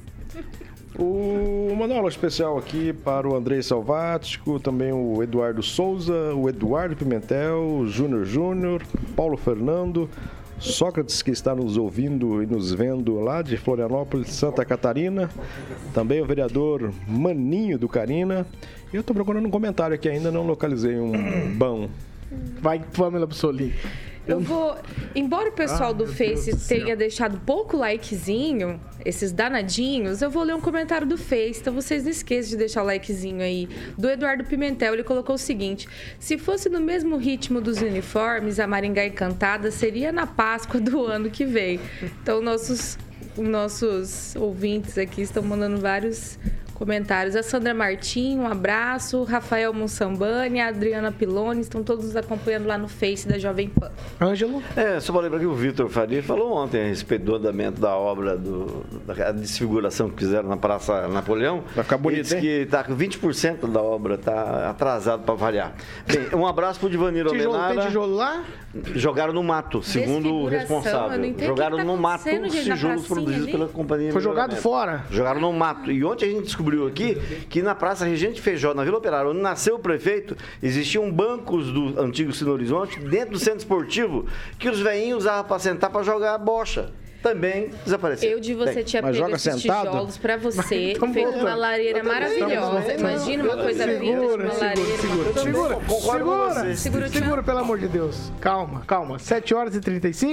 O mandar um alô especial aqui para o Andrei Salvático, também o Eduardo Souza, o Eduardo Pimentel, o Júnior Júnior, Paulo Fernando, Sócrates, que está nos ouvindo e nos vendo lá de Florianópolis, Santa Catarina, também o vereador Maninho do Carina. Eu estou procurando um comentário aqui, ainda não localizei um bom. Vai, Pamela Bussolini. Eu vou... Embora o pessoal Ah, do meu Face Deus do tenha céu. deixado pouco likezinho, esses danadinhos, eu vou ler um comentário do Face, então vocês não esqueçam de deixar o likezinho aí. Do Eduardo Pimentel, ele colocou o seguinte: se fosse no mesmo ritmo dos uniformes, a Maringá Encantada seria na Páscoa do ano que vem. Então, nossos, nossos ouvintes aqui estão mandando vários comentários. A Sandra Martim, um abraço. O Rafael Monsambani, a Adriana Piloni, estão todos nos acompanhando lá no Face da Jovem Pan. Ângelo? É, só para lembrar que o Vitor Faria falou ontem a respeito do andamento da obra, do, da desfiguração que fizeram na Praça Napoleão. Vai ficar bonito, Ele disse hein? que está com vinte por cento da obra, está atrasado para variar. Bem, um abraço para o Divanir Tijolo, Omenara. tem tijolo lá? Jogaram no mato, segundo o Desfiguração, responsável. eu não entendo Jogaram o que tá no mato acontecendo, os gente, na tijolos pracinha produzidos ali. pela companhia. Foi de jogado melhoramento. fora? Jogaram no mato. E ontem a gente descobriu aqui que na Praça Regente Feijó, na Vila Operária, onde nasceu o prefeito, existiam bancos do antigo Sino Horizonte dentro do centro esportivo que os velhinhos usavam para sentar para jogar bocha. Também desapareceu. Eu de você Bem, tinha mas pego joga esses sentado? tijolos pra você, Tamo feito voltando. uma lareira maravilhosa. Imagina uma coisa linda, Segura, uma lareira. segura, segura, segura, Concordo com segura, você. Segura o segura, tchan. pelo amor de Deus. Calma, calma. sete horas e trinta e cinco.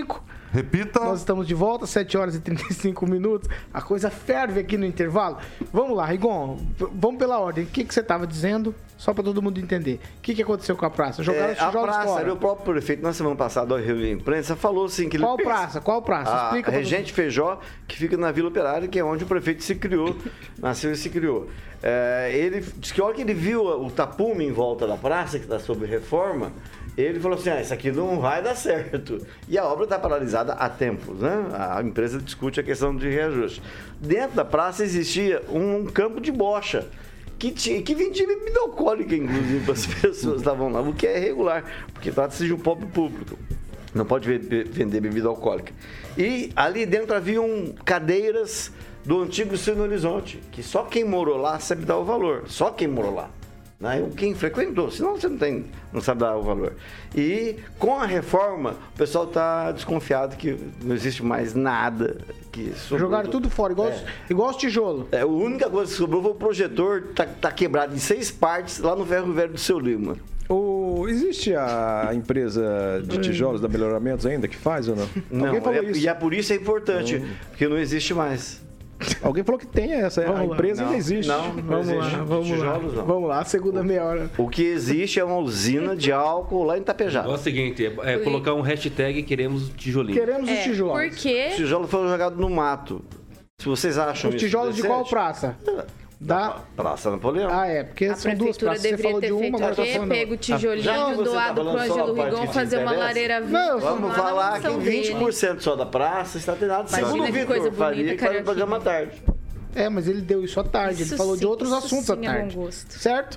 Repita. Nós estamos de volta, sete horas e trinta e cinco minutos. A coisa ferve aqui no intervalo. Vamos lá, Rigon, vamos pela ordem. O que, que você estava dizendo? Só para todo mundo entender. O que, que aconteceu com a praça? Jogaram é, os tijolos A praça, fora. o próprio prefeito, na semana passada, ao reunião de imprensa, falou assim que... Qual ele praça? Qual praça? A Explica. Regente Feijó, que fica na Vila Operária, que é onde o prefeito se criou, nasceu e se criou. É, ele disse que a hora que ele viu o tapume em volta da praça, que está sob reforma, ele falou assim, ah, isso aqui não vai dar certo. E a obra está paralisada há tempos, né? A empresa discute a questão de reajuste. Dentro da praça existia um campo de bocha, que, tinha, que vendia bebida alcoólica, inclusive, para as pessoas que estavam lá, o que é irregular, porque trata-se de um pobre público. Não pode vender bebida alcoólica. E ali dentro haviam cadeiras do antigo Cine Horizonte, que só quem morou lá sabe dar o valor. Só quem morou lá. Né? Quem frequentou, senão você não, tem, não sabe dar o valor. E com a reforma, o pessoal está desconfiado que não existe mais nada. Que Jogaram tudo fora, igual, é. igual os tijolos. É, a única coisa que sobrou foi o projetor, tá, tá quebrado em seis partes lá no ferro velho do Seu Lima. O, existe a empresa de tijolos da Melhoramentos ainda que faz ou não? Não, Alguém falou é, isso. e a por isso é importante, hum. porque não existe mais. Alguém falou que tem essa, vamos a lá. empresa não, ainda existe. Não, não vamos existe. lá, vamos tijolos, lá. Não. Vamos lá, segunda meia hora. O que existe é uma usina de álcool lá em Itapejá. É o seguinte, é, é colocar um hashtag queremos tijolinho. Queremos É, os tijolos. Por quê? Os tijolos foram jogados no mato. Se vocês acham Os isso tijolos de qual decente, praça? Da... Praça Napoleão. Ah, é, porque A são duas prefeitura praças. Você deveria falou ter de uma, feito agora o tá quê? falando. Pego o tijolinho, Já que você tá doado falando pro só a Ângelo parte Rigon que fazer te uma interessa? lareira viva. Não, Vamos lá falar na que mansão vinte por cento dele. só da praça está atendido. Imagina Segundo o que Vitor coisa Faria, bonita, que faz o Carioquinha. programa à tarde. É, mas ele deu isso à tarde. Isso ele falou sim, de outros isso assuntos à sim é bom tarde. gosto. Certo?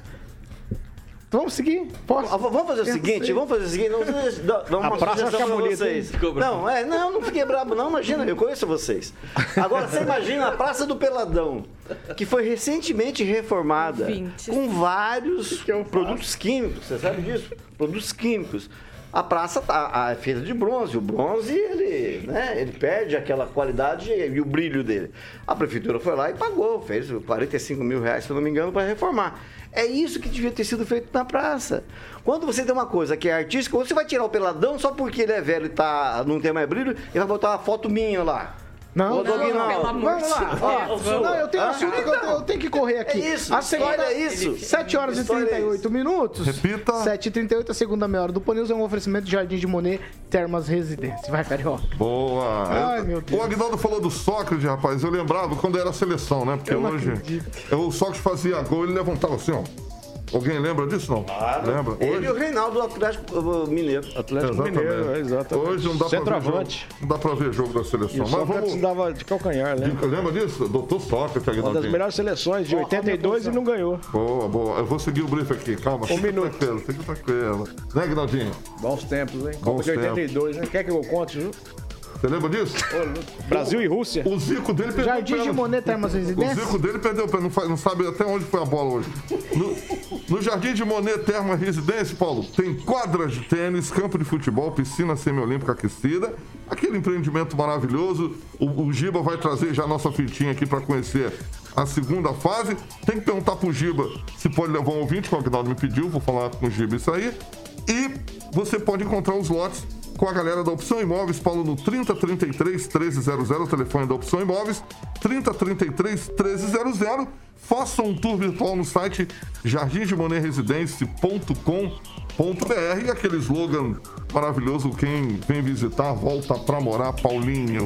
Então vamos seguir? Posso? Ah, vamos fazer o Eu seguinte, sei. vamos fazer o seguinte, não, dá, dá uma A praça sugestão fica pra bonita, vocês. hein? Não, é, não, não fiquei brabo não, imagina, eu conheço vocês. Agora, você imagina a Praça do Peladão, que foi recentemente reformada, Ouvintes. com vários produtos químicos, você sabe disso? Produtos químicos. A praça tá, é feita de bronze, o bronze, ele, né, ele perde aquela qualidade e o brilho dele. A prefeitura foi lá e pagou, fez quarenta e cinco mil reais, se eu não me engano, para reformar. É isso que devia ter sido feito na praça. Quando você tem uma coisa que é artística, você vai tirar o peladão só porque ele é velho e tá, não tem mais brilho, e vai botar uma foto minha lá. Não, Ô, não, Doguinho, não, não. pelo amor de Deus. Ó, ó, Não, eu tenho um ah, assunto que eu tenho, eu tenho que correr aqui. É isso, A história segunda, é isso. sete horas e História trinta e oito é isso. minutos. Repita. sete e trinta e oito, a segunda meia hora do Panils é um oferecimento de Jardim de Monet, Termas Residência. Vai, Carioca. Boa. Ai, meu Deus. O Aguinaldo falou do Sócrates, rapaz. Eu lembrava quando era seleção, né? Porque Eu não hoje o Sócrates fazia gol, ele levantava assim, ó. Alguém lembra disso, não? Claro. Lembra? Ele Hoje... e o Reinaldo do Atlético Mineiro. Atlético Exatamente. Mineiro, é, exatamente. Hoje não dá pra ver jogo, Centroavante. não dá pra ver jogo da E seleção. o Mas Sócrates vamos... dava de calcanhar, né? Lembra disso? Doutor Sócrates, Uma das Aguinaldinho. melhores seleções de oitenta e dois e não ganhou. Boa, boa. Eu vou seguir o brief aqui, calma. Um minuto. Tranquilo, fica tranquilo. Né, Aguinaldinho? Bons tempos, hein? Bons Copa de oitenta e dois, né? Quer que eu conte, viu? Você lembra disso? Brasil e Rússia. O Zico dele perdeu Jardim o pé. de Monet, Termas O Residência. Zico dele perdeu o pé, não, fa- não sabe até onde foi a bola hoje. No, no Jardim de Monet Terma Residência, Paulo, tem quadras de tênis, campo de futebol, piscina semiolímpica aquecida, aquele empreendimento maravilhoso. O, o Giba vai trazer já a nossa fitinha aqui para conhecer a segunda fase. Tem que perguntar pro Giba se pode levar um ouvinte, que o Aguinaldo me pediu, vou falar com o Giba isso aí. E você pode encontrar os lotes com a galera da Opção Imóveis, Paulo, no trinta, trinta e três, treze zero zero, o telefone da Opção Imóveis, trinta, trinta e três, treze zero zero. Faça um tour virtual no site jardim de monet residência ponto com ponto b r e aquele slogan maravilhoso, quem vem visitar, volta pra morar, Paulinho.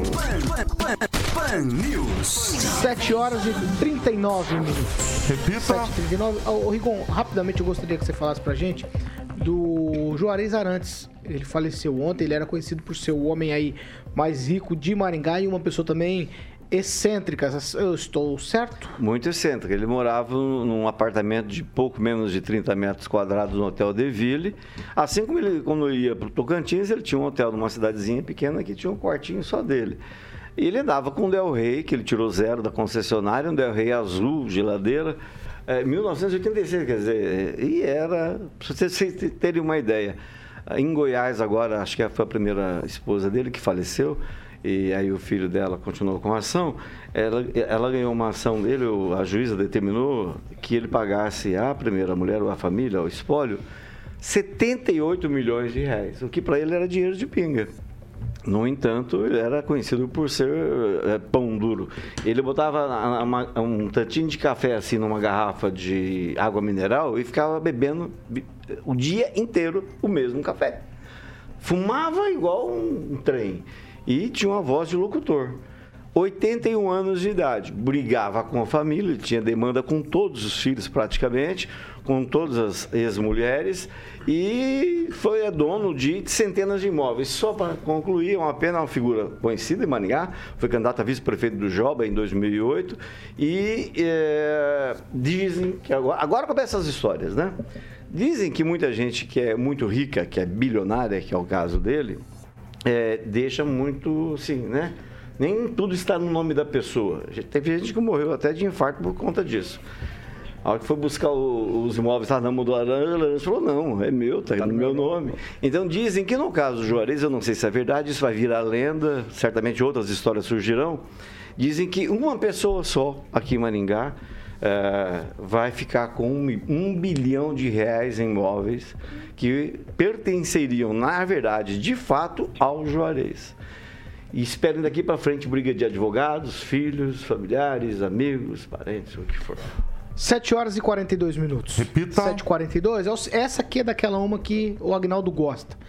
Pan News. sete horas e trinta e nove minutos. Repita. sete e trinta e nove. Ô, Rigon, rapidamente eu gostaria que você falasse pra gente do Juarez Arantes. Ele faleceu ontem, ele era conhecido por ser o homem aí mais rico de Maringá e uma pessoa também excêntrica. Eu estou certo? Muito excêntrico. Ele morava num apartamento de pouco menos de trinta metros quadrados no Hotel Deville. Assim como ele, quando ia para o Tocantins, ele tinha um hotel numa cidadezinha pequena que tinha um quartinho só dele. E ele andava com um Del Rey, que ele tirou zero da concessionária, um Del Rey azul, geladeira, é, mil novecentos e oitenta e seis, quer dizer, e era, para vocês terem uma ideia, em Goiás agora, acho que foi a primeira esposa dele que faleceu, e aí o filho dela continuou com a ação, ela, ela ganhou uma ação dele, a juíza determinou que ele pagasse à primeira mulher, ou à família, ao espólio, setenta e oito milhões de reais, o que para ele era dinheiro de pinga. No entanto, ele era conhecido por ser é, pão duro. Ele botava uma, um tantinho de café assim numa garrafa de água mineral e ficava bebendo o dia inteiro o mesmo café. Fumava igual um trem e tinha uma voz de locutor. oitenta e um anos de idade, brigava com a família, tinha demanda com todos os filhos praticamente, com todas as ex-mulheres e foi é dono de centenas de imóveis. Só para concluir, é uma pena, uma figura conhecida em Maringá, foi candidato a vice-prefeito do Joba em dois mil e oito e é, dizem que agora, agora começam as histórias, né? Dizem que muita gente que é muito rica, que é bilionária, que é o caso dele, é, deixa muito, assim, né? Nem tudo está no nome da pessoa. Teve gente que morreu até de infarto por conta disso. A hora que foi buscar o, os imóveis, tá na mão do Laranja, o Laranja falou, não, é meu, tá, tá no meu nome. nome. Então dizem que no caso do Juarez, eu não sei se é verdade, isso vai virar lenda, certamente outras histórias surgirão. Dizem que uma pessoa só aqui em Maringá é, vai ficar com um, um bilhão de reais em imóveis que pertenceriam, na verdade, de fato, ao Juarez. E esperem daqui para frente briga de advogados, filhos, familiares, amigos, parentes, o que for. sete horas e quarenta e dois minutos. Repita. sete e quarenta e dois. Essa aqui é daquela uma que o Agnaldo gosta.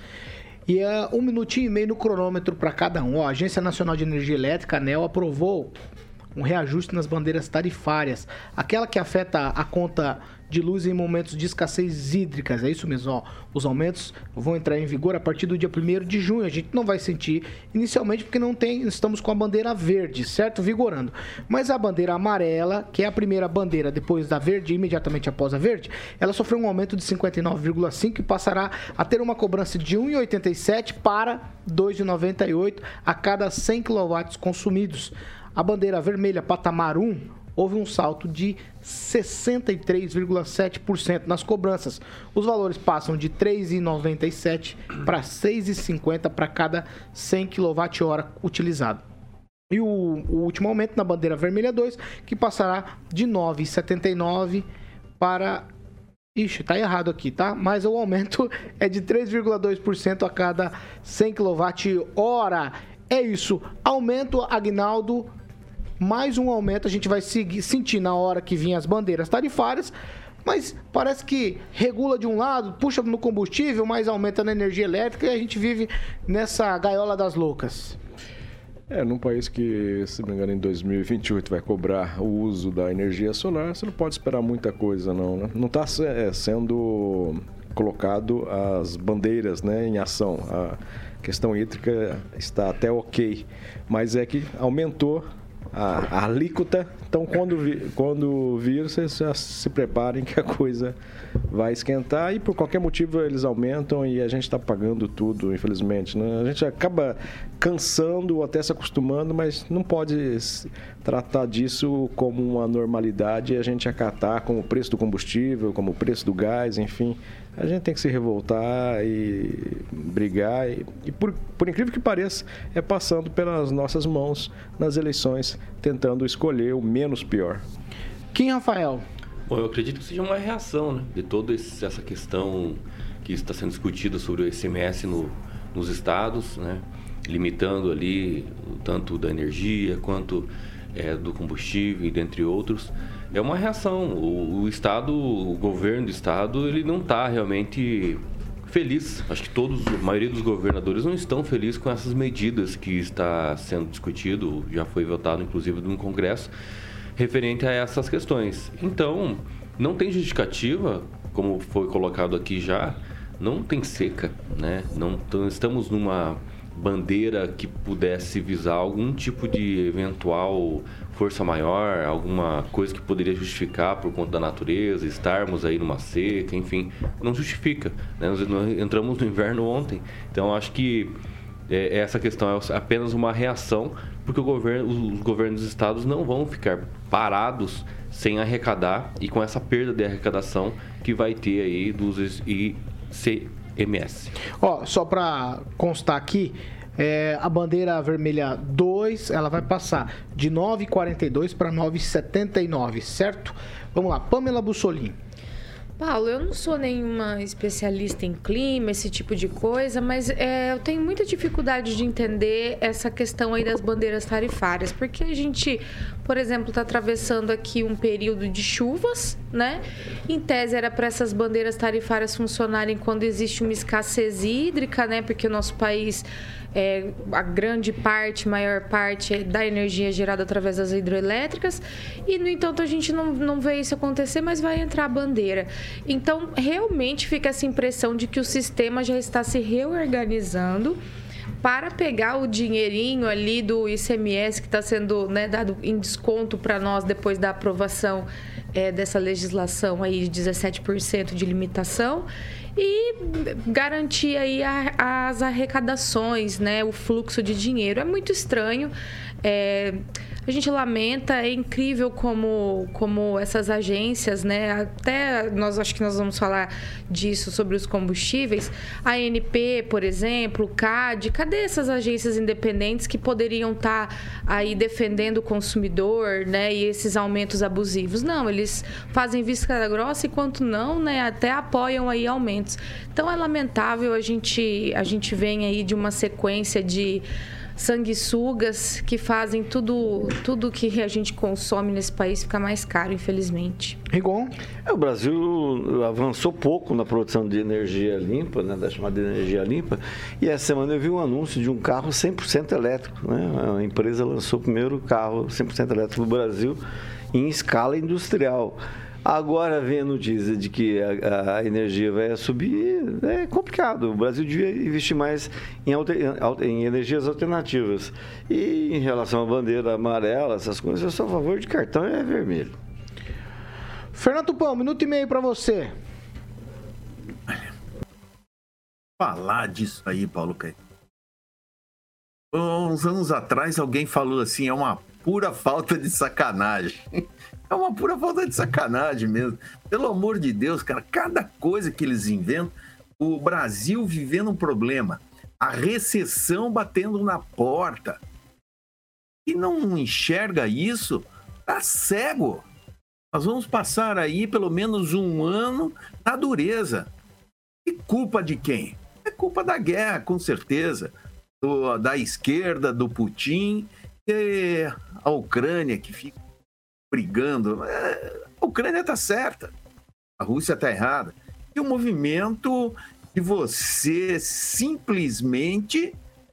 E é um minutinho e meio no cronômetro para cada um. Ó, a Agência Nacional de Energia Elétrica, a ANEEL, aprovou um reajuste nas bandeiras tarifárias. Aquela que afeta a conta de luz em momentos de escassez hídricas. É isso mesmo, ó. Os aumentos vão entrar em vigor a partir do dia primeiro de junho. A gente não vai sentir inicialmente porque não tem, estamos com a bandeira verde, certo? Vigorando. Mas a bandeira amarela, que é a primeira bandeira depois da verde, imediatamente após a verde, ela sofreu um aumento de cinquenta e nove vírgula cinco e passará a ter uma cobrança de um real e oitenta e sete centavos para dois reais e noventa e oito centavos a cada cem quilowatts consumidos. A bandeira vermelha, patamar um, houve um salto de sessenta e três vírgula sete por cento nas cobranças. Os valores passam de três reais e noventa e sete centavos para seis reais e cinquenta centavos para cada cem quilowatt-hora utilizado. E o, o último aumento na bandeira vermelha dois, que passará de nove reais e setenta e nove centavos para... Ixi, tá errado aqui, tá? Mas o aumento é de três vírgula dois por cento a cada cem quilowatt-hora. É isso. Aumento, Agnaldo... Mais um aumento a gente vai seguir, sentir na hora que vinha as bandeiras tarifárias, mas parece que regula de um lado, puxa no combustível, mas aumenta na energia elétrica e a gente vive nessa gaiola das loucas. É, num país que, se não me engano, em dois mil e vinte e oito vai cobrar o uso da energia solar, você não pode esperar muita coisa, não, né? Não está é, sendo colocado as bandeiras, né, em ação. A questão hídrica está até ok, mas é que aumentou a, a alíquota, então quando, vi, quando vir, vocês já se preparem que a coisa vai esquentar e por qualquer motivo eles aumentam e a gente está pagando tudo, infelizmente, né? A gente acaba cansando ou até se acostumando, mas não pode tratar disso como uma normalidade e a gente acatar como o preço do combustível, como o preço do gás, enfim. A gente tem que se revoltar e brigar e, e por, por incrível que pareça, é passando pelas nossas mãos nas eleições, tentando escolher o menos pior. Quem, Rafael? Bom, eu acredito que seja uma reação, né, de toda essa questão que está sendo discutida sobre o I C M S no, nos estados, né, limitando ali tanto da energia quanto é, do combustível e dentre outros. É uma reação. O, o Estado, o governo do Estado, ele não está realmente feliz. Acho que todos, a maioria dos governadores não estão felizes com essas medidas que está sendo discutido, já foi votado inclusive no Congresso, referente a essas questões. Então, não tem justificativa, como foi colocado aqui já, não tem seca, né? Não estamos numa bandeira que pudesse visar algum tipo de eventual força maior, alguma coisa que poderia justificar por conta da natureza, estarmos aí numa seca, enfim, não justifica, né? Nós, nós entramos no inverno ontem, então acho que é, essa questão é apenas uma reação, porque o governo, os governos dos estados não vão ficar parados sem arrecadar e com essa perda de arrecadação que vai ter aí dos I C M S. Ó, só para constar aqui, é, a bandeira vermelha dois, ela vai passar de nove reais e quarenta e dois centavos para nove reais e setenta e nove centavos, certo? Vamos lá, Pamela Bussolini. Paulo, eu não sou nenhuma especialista em clima, esse tipo de coisa, mas é, eu tenho muita dificuldade de entender essa questão aí das bandeiras tarifárias, porque a gente, por exemplo, está atravessando aqui um período de chuvas, né? Em tese era para essas bandeiras tarifárias funcionarem quando existe uma escassez hídrica, né? Porque o nosso país, é, a grande parte, maior parte da energia é gerada através das hidroelétricas, e, no entanto, a gente não, não vê isso acontecer, mas vai entrar a bandeira. Então, realmente fica essa impressão de que o sistema já está se reorganizando para pegar o dinheirinho ali do I C M S que está sendo, né, dado em desconto para nós depois da aprovação é, dessa legislação aí de dezessete por cento de limitação, e garantir aí a, as arrecadações, né, o fluxo de dinheiro. É muito estranho. É, a gente lamenta, é incrível como, como essas agências, né, até nós acho que nós vamos falar disso sobre os combustíveis, a A N P, por exemplo, o C A D, cadê essas agências independentes que poderiam estar aí defendendo o consumidor, né, e esses aumentos abusivos? Não, eles fazem vista grossa, e quanto não, né, até apoiam aí aumentos. Então é lamentável, a gente, a gente vem aí de uma sequência de sanguessugas que fazem tudo, tudo que a gente consome nesse país ficar mais caro, infelizmente. Rigon? É, o Brasil avançou pouco na produção de energia limpa, né, da chamada energia limpa, e essa semana eu vi um anúncio de um carro cem por cento elétrico, né? A empresa lançou o primeiro carro cem por cento elétrico no Brasil em escala industrial. Agora vem a notícia de que a, a energia vai subir, é complicado. O Brasil devia investir mais em, alter, em energias alternativas. E em relação à bandeira amarela, essas coisas, eu sou a favor de cartão e é vermelho. Fernando Tupan, um minuto e meio para você. Falar disso aí, Paulo Caetano. Uns anos atrás alguém falou assim, é uma pura falta de sacanagem. É uma pura falta de sacanagem mesmo. Pelo amor de Deus, cara, cada coisa que eles inventam, o Brasil vivendo um problema, a recessão batendo na porta. E não enxerga isso, tá cego. Nós vamos passar aí pelo menos um ano na dureza. E culpa de quem? É culpa da guerra, com certeza. Do, da esquerda, do Putin, e a Ucrânia que fica brigando. A Ucrânia está certa, a Rússia está errada. E o movimento de você simplesmente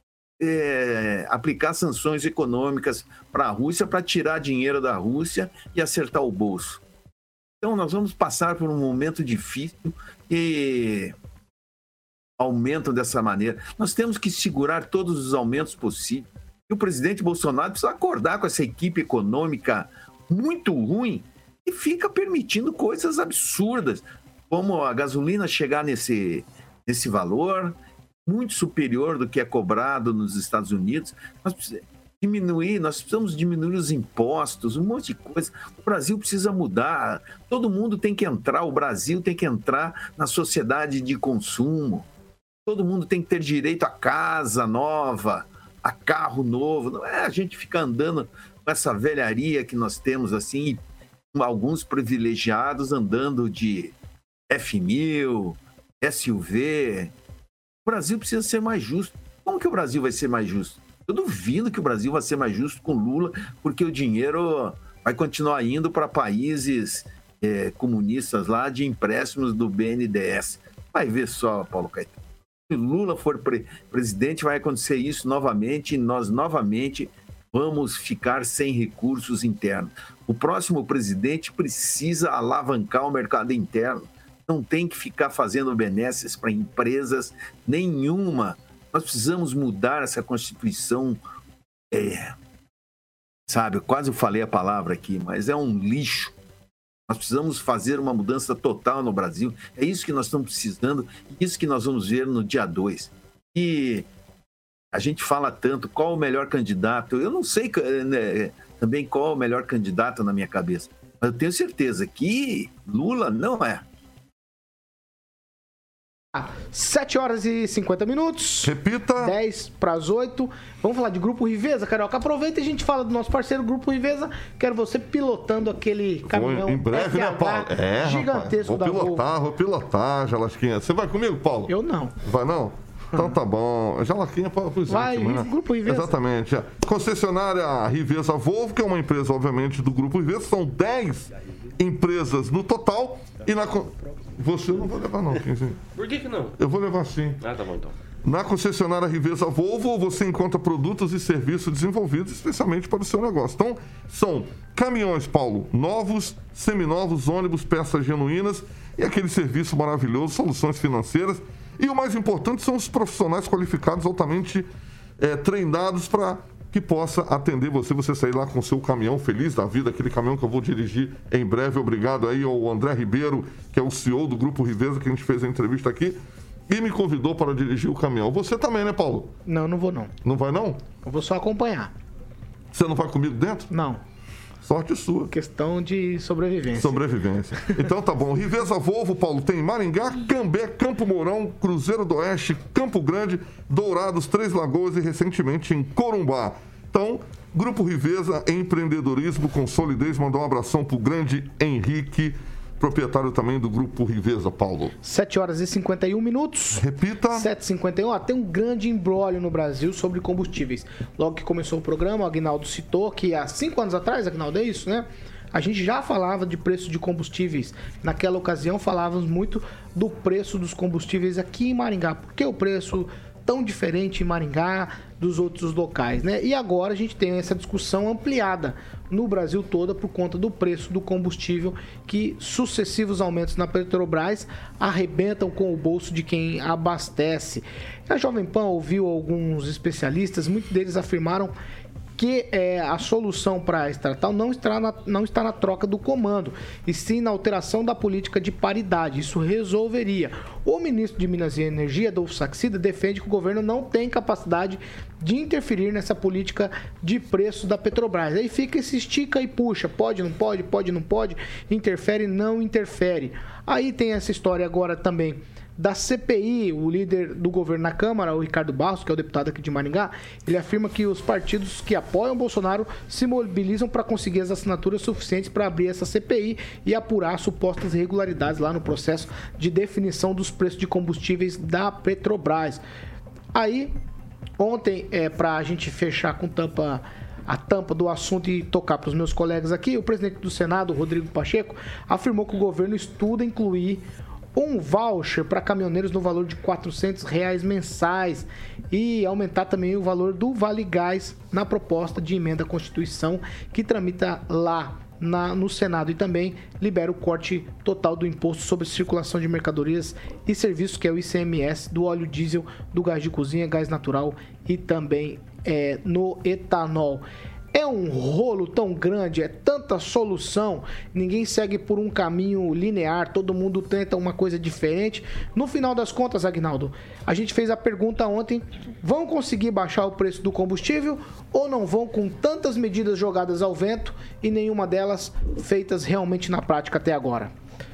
é, aplicar sanções econômicas para a Rússia, para tirar dinheiro da Rússia e acertar o bolso. Então nós vamos passar por um momento difícil e aumentam dessa maneira. Nós temos que segurar todos os aumentos possíveis. E o presidente Bolsonaro precisa acordar com essa equipe econômica muito ruim e fica permitindo coisas absurdas, como a gasolina chegar nesse, nesse valor muito superior do que é cobrado nos Estados Unidos. Nós precisamos diminuir, nós precisamos diminuir os impostos, um monte de coisa. O Brasil precisa mudar, todo mundo tem que entrar, o Brasil tem que entrar na sociedade de consumo. Todo mundo tem que ter direito a casa nova, a carro novo. Não é a gente ficar andando com essa velharia que nós temos, assim, alguns privilegiados andando de F mil, S U V. O Brasil precisa ser mais justo. Como que o Brasil vai ser mais justo? Eu duvido que o Brasil vai ser mais justo com Lula, porque o dinheiro vai continuar indo para países é, comunistas lá de empréstimos do B N D E S. Vai ver só, Paulo Caetano. Se Lula for pre- presidente, vai acontecer isso novamente e nós novamente vamos ficar sem recursos internos. O próximo presidente precisa alavancar o mercado interno. Não tem que ficar fazendo benesses para empresas nenhuma. Nós precisamos mudar essa Constituição. É, sabe, eu quase falei a palavra aqui, mas é um lixo. Nós precisamos fazer uma mudança total no Brasil. É isso que nós estamos precisando, isso que nós vamos ver no dia dois. E a gente fala tanto, qual o melhor candidato? Eu não sei né, também qual o melhor candidato na minha cabeça. Mas eu tenho certeza que Lula não é. sete horas e cinquenta minutos. Repita. dez para as oito. Vamos falar de Grupo Riveza, Carioca. Aproveita e a gente fala do nosso parceiro Grupo Riveza. Quero você pilotando aquele caminhão em breve, né, Paulo? É, gigantesco rapaz. Vou da pilotar, Volvo. vou pilotar, Jalasquinha. Você vai comigo, Paulo? Eu não. Vai não? Então tá bom. Jalasquinha para os Vai, íntimos, né? Grupo Riveza. Exatamente. É. Concessionária Riveza Volvo, que é uma empresa, obviamente, do Grupo Riveza. São dez empresas no total. E na... Você não vai levar não, Quinzinho. Por que que não? Eu vou levar sim. Ah, tá bom então. Na concessionária Riveza Volvo, você encontra produtos e serviços desenvolvidos especialmente para o seu negócio. Então, são caminhões, Paulo, novos, seminovos, ônibus, peças genuínas e aquele serviço maravilhoso, soluções financeiras. E o mais importante são os profissionais qualificados, altamente é, treinados para que possa atender você, você sair lá com o seu caminhão feliz da vida, aquele caminhão que eu vou dirigir em breve. Obrigado aí ao André Ribeiro, que é o C E O do Grupo Riveza, que a gente fez a entrevista aqui, e me convidou para dirigir o caminhão. Você também, né, Paulo? Não, não vou não. Não vai não? Eu vou só acompanhar. Você não vai comigo dentro? Não. Sorte sua. Questão de sobrevivência. Sobrevivência. Então tá bom. Riveza Volvo, Paulo, tem Maringá, Cambé, Campo Mourão, Cruzeiro do Oeste, Campo Grande, Dourados, Três Lagoas e recentemente em Corumbá. Então, Grupo Riveza, empreendedorismo com solidez. Mandar um abração pro grande Henrique, proprietário também do Grupo Riveza, Paulo. sete horas e cinquenta e um minutos. Repita. sete e cinquenta e um. Ah, tem um grande imbróglio no Brasil sobre combustíveis. Logo que começou o programa, o Aguinaldo citou que há cinco anos atrás, Aguinaldo, é isso, né? A gente já falava de preço de combustíveis. Naquela ocasião, falávamos muito do preço dos combustíveis aqui em Maringá. Por que o preço tão diferente em Maringá dos outros locais, né? E agora a gente tem essa discussão ampliada no Brasil todo por conta do preço do combustível, que sucessivos aumentos na Petrobras arrebentam com o bolso de quem abastece. A Jovem Pan ouviu alguns especialistas, muitos deles afirmaram que é, a solução para a estatal não está, na, não está na troca do comando, e sim na alteração da política de paridade. Isso resolveria. O ministro de Minas e Energia, Adolfo Saxida, defende que o governo não tem capacidade de interferir nessa política de preço da Petrobras. Aí fica esse estica e puxa, pode, não pode, pode, não pode, interfere, não interfere. Aí tem essa história agora também da C P I, o líder do governo na Câmara, o Ricardo Barros, que é o deputado aqui de Maringá, ele afirma que os partidos que apoiam Bolsonaro se mobilizam para conseguir as assinaturas suficientes para abrir essa C P I e apurar supostas irregularidades lá no processo de definição dos preços de combustíveis da Petrobras. Aí, ontem, é, para a gente fechar com tampa... a tampa do assunto e tocar para os meus colegas aqui, o presidente do Senado, Rodrigo Pacheco, afirmou que o governo estuda incluir um voucher para caminhoneiros no valor de quatrocentos reais mensais e aumentar também o valor do Vale Gás na proposta de emenda à Constituição que tramita lá na, no Senado, e também libera o corte total do imposto sobre circulação de mercadorias e serviços, que é o I C M S, do óleo diesel, do gás de cozinha, gás natural e também é, no etanol. É um rolo tão grande, é tanta solução, ninguém segue por um caminho linear, todo mundo tenta uma coisa diferente. No final das contas, Aguinaldo, a gente fez a pergunta ontem, vão conseguir baixar o preço do combustível ou não vão, com tantas medidas jogadas ao vento e nenhuma delas feitas realmente na prática até agora?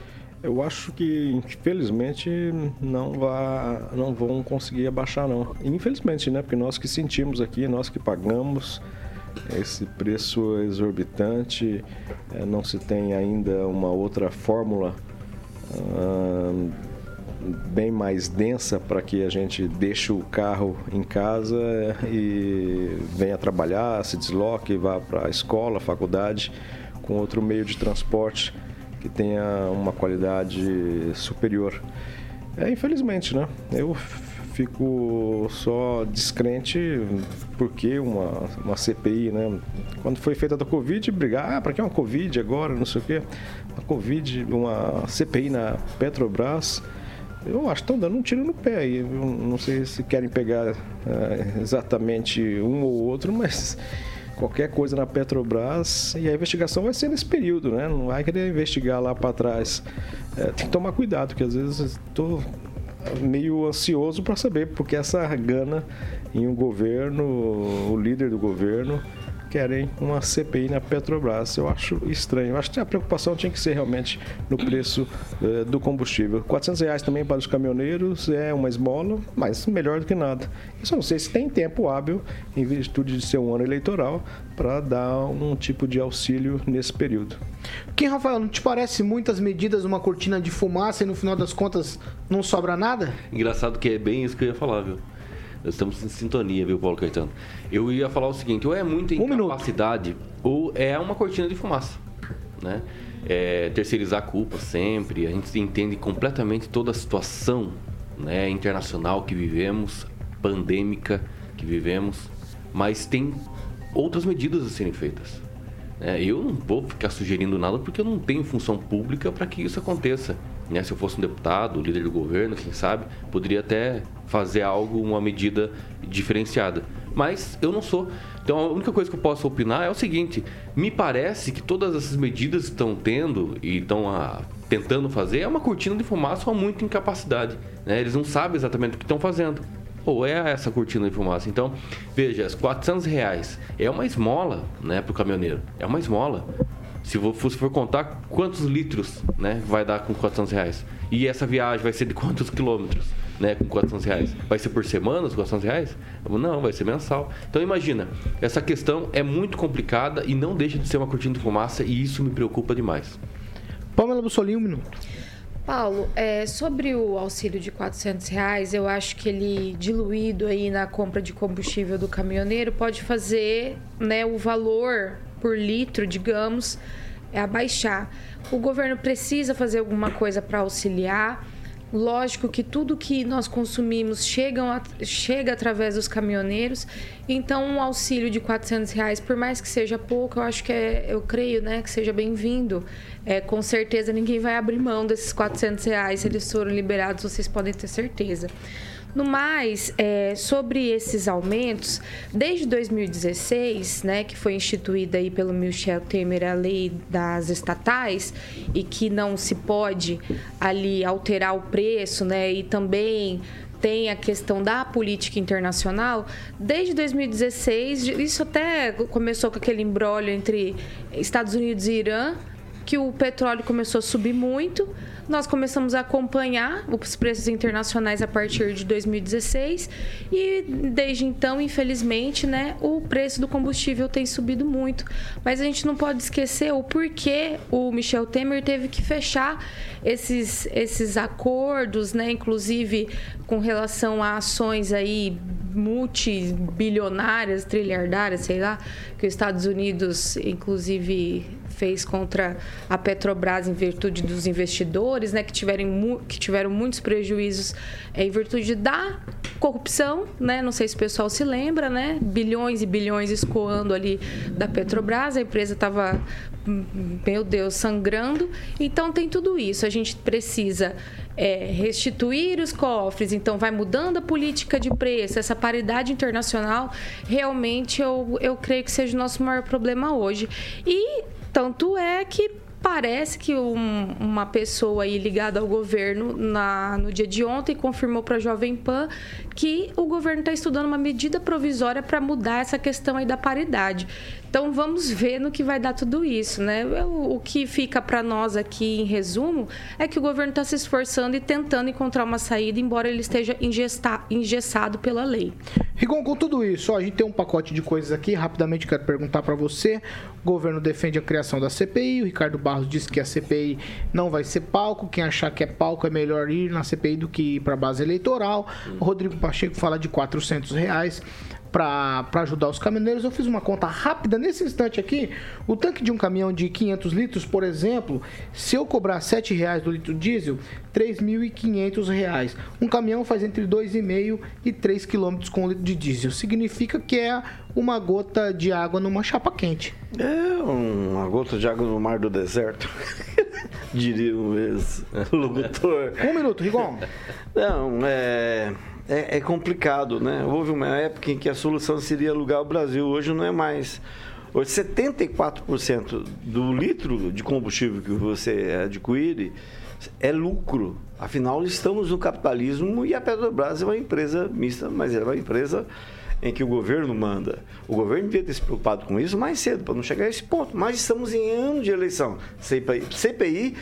Eu acho que, infelizmente, não, vá, não vão conseguir abaixar, não. Infelizmente, né? Porque nós que sentimos aqui, nós que pagamos esse preço exorbitante, não se tem ainda uma outra fórmula uh, bem mais densa para que a gente deixe o carro em casa e venha trabalhar, se desloque, vá para a escola, faculdade, com outro meio de transporte que tenha uma qualidade superior. É, infelizmente, né? Eu fico só descrente porque uma, uma C P I, né? Quando foi feita da Covid, brigar, ah, para que uma Covid agora, não sei o quê. Uma Covid, uma C P I na Petrobras, eu acho que estão dando um tiro no pé. Eu não sei se querem pegar é, exatamente um ou outro, mas qualquer coisa na Petrobras, e a investigação vai ser nesse período, né? Não vai querer investigar lá para trás. É, tem que tomar cuidado, porque às vezes estou meio ansioso para saber porque essa gana em um governo, o líder do governo querem uma C P I na Petrobras. Eu acho estranho. Eu acho que a preocupação tinha que ser realmente no preço uh, do combustível. quatrocentos reais também para os caminhoneiros é uma esmola, mas melhor do que nada. Eu só não sei se tem tempo hábil, em virtude de ser um ano eleitoral, para dar um tipo de auxílio nesse período. Kim, Rafael, não te parece muitas medidas, uma cortina de fumaça e no final das contas não sobra nada? Engraçado que é bem isso que eu ia falar, viu? Nós estamos em sintonia, viu, Paulo Caetano? Eu ia falar o seguinte, ou é muita incapacidade, um ou é uma cortina de fumaça, né? É, terceirizar a culpa sempre, a gente entende completamente toda a situação, né, internacional que vivemos, pandêmica que vivemos, mas tem outras medidas a serem feitas. Né? Eu não vou ficar sugerindo nada porque eu não tenho função pública para que isso aconteça. Né? Se eu fosse um deputado, líder do governo, quem sabe, poderia até fazer algo, uma medida diferenciada. Mas eu não sou. Então a única coisa que eu posso opinar é o seguinte: me parece que todas essas medidas que estão tendo e estão ah, tentando fazer é uma cortina de fumaça ou muita incapacidade. Né? Eles não sabem exatamente o que estão fazendo. Ou é essa cortina de fumaça. Então, veja, os quatrocentos reais é uma esmola, né, para o caminhoneiro. É uma esmola. Se você for contar quantos litros, né, vai dar com quatrocentos reais. E essa viagem vai ser de quantos quilômetros, né, com quatrocentos reais? Vai ser por semana os quatrocentos reais? Não, vai ser mensal. Então imagina, essa questão é muito complicada e não deixa de ser uma cortina de fumaça e isso me preocupa demais. Pamela Bussolini, um minuto. Paulo, é, sobre o auxílio de quatrocentos reais, eu acho que ele, diluído aí na compra de combustível do caminhoneiro, pode fazer, né, o valor por litro, digamos, é abaixar. O governo precisa fazer alguma coisa para auxiliar. Lógico que tudo que nós consumimos chega, chega através dos caminhoneiros, então um auxílio de quatrocentos reais, por mais que seja pouco, eu acho que é, eu creio, né, que seja bem-vindo. É, com certeza ninguém vai abrir mão desses quatrocentos reais, se eles forem liberados, vocês podem ter certeza. No mais, é, sobre esses aumentos, desde dois mil e dezesseis, né, que foi instituída aí pelo Michel Temer a lei das estatais e que não se pode ali alterar o preço, né, e também tem a questão da política internacional. Desde dois mil e dezesseis, isso até começou com aquele imbróglio entre Estados Unidos e Irã, que o petróleo começou a subir muito. Nós começamos a acompanhar os preços internacionais a partir de dois mil e dezesseis e desde então, infelizmente, né, o preço do combustível tem subido muito. Mas a gente não pode esquecer o porquê o Michel Temer teve que fechar esses, esses acordos, né, inclusive com relação a ações aí multibilionárias, trilhardárias, sei lá, que os Estados Unidos, inclusive, fez contra a Petrobras em virtude dos investidores, né, que, tiverem, que tiveram muitos prejuízos é, em virtude da corrupção, né, não sei se o pessoal se lembra, né, bilhões e bilhões escoando ali da Petrobras, a empresa estava, meu Deus, sangrando. Então tem tudo isso, a gente precisa é, restituir os cofres, então vai mudando a política de preço, essa paridade internacional, realmente eu, eu creio que seja o nosso maior problema hoje. E tanto é que parece que um, uma pessoa aí ligada ao governo na, no dia de ontem confirmou para a Jovem Pan que o governo está estudando uma medida provisória para mudar essa questão aí da paridade. Então, vamos ver no que vai dar tudo isso, né? O, o que fica para nós aqui, em resumo, é que o governo está se esforçando e tentando encontrar uma saída, embora ele esteja ingesta, engessado pela lei. Rigon, com tudo isso, ó, a gente tem um pacote de coisas aqui. Rapidamente, quero perguntar para você. O governo defende a criação da C P I. O Ricardo Barros disse que a C P I não vai ser palco. Quem achar que é palco é melhor ir na C P I do que ir para a base eleitoral. O Rodrigo Pacheco fala de quatrocentos reais para ajudar os caminhoneiros. Eu fiz uma conta rápida nesse instante aqui. O tanque de um caminhão de quinhentos litros, por exemplo, se eu cobrar sete reais do litro diesel, três mil e quinhentos reais. Um caminhão faz entre dois vírgula cinco e três quilômetros com litro de diesel. Significa que é uma gota de água numa chapa quente. É uma gota de água no mar do deserto, diria um ex-locutor. Um minuto, Rigon. Não, é... É, é complicado, né? Houve uma época em que a solução seria alugar o Brasil, hoje não é mais. Hoje, setenta e quatro por cento do litro de combustível que você adquire é lucro. Afinal, estamos no capitalismo e a Petrobras é uma empresa mista, mas é uma empresa em que o governo manda. O governo devia ter se preocupado com isso mais cedo, para não chegar a esse ponto. Mas estamos em ano de eleição. C P I, C P I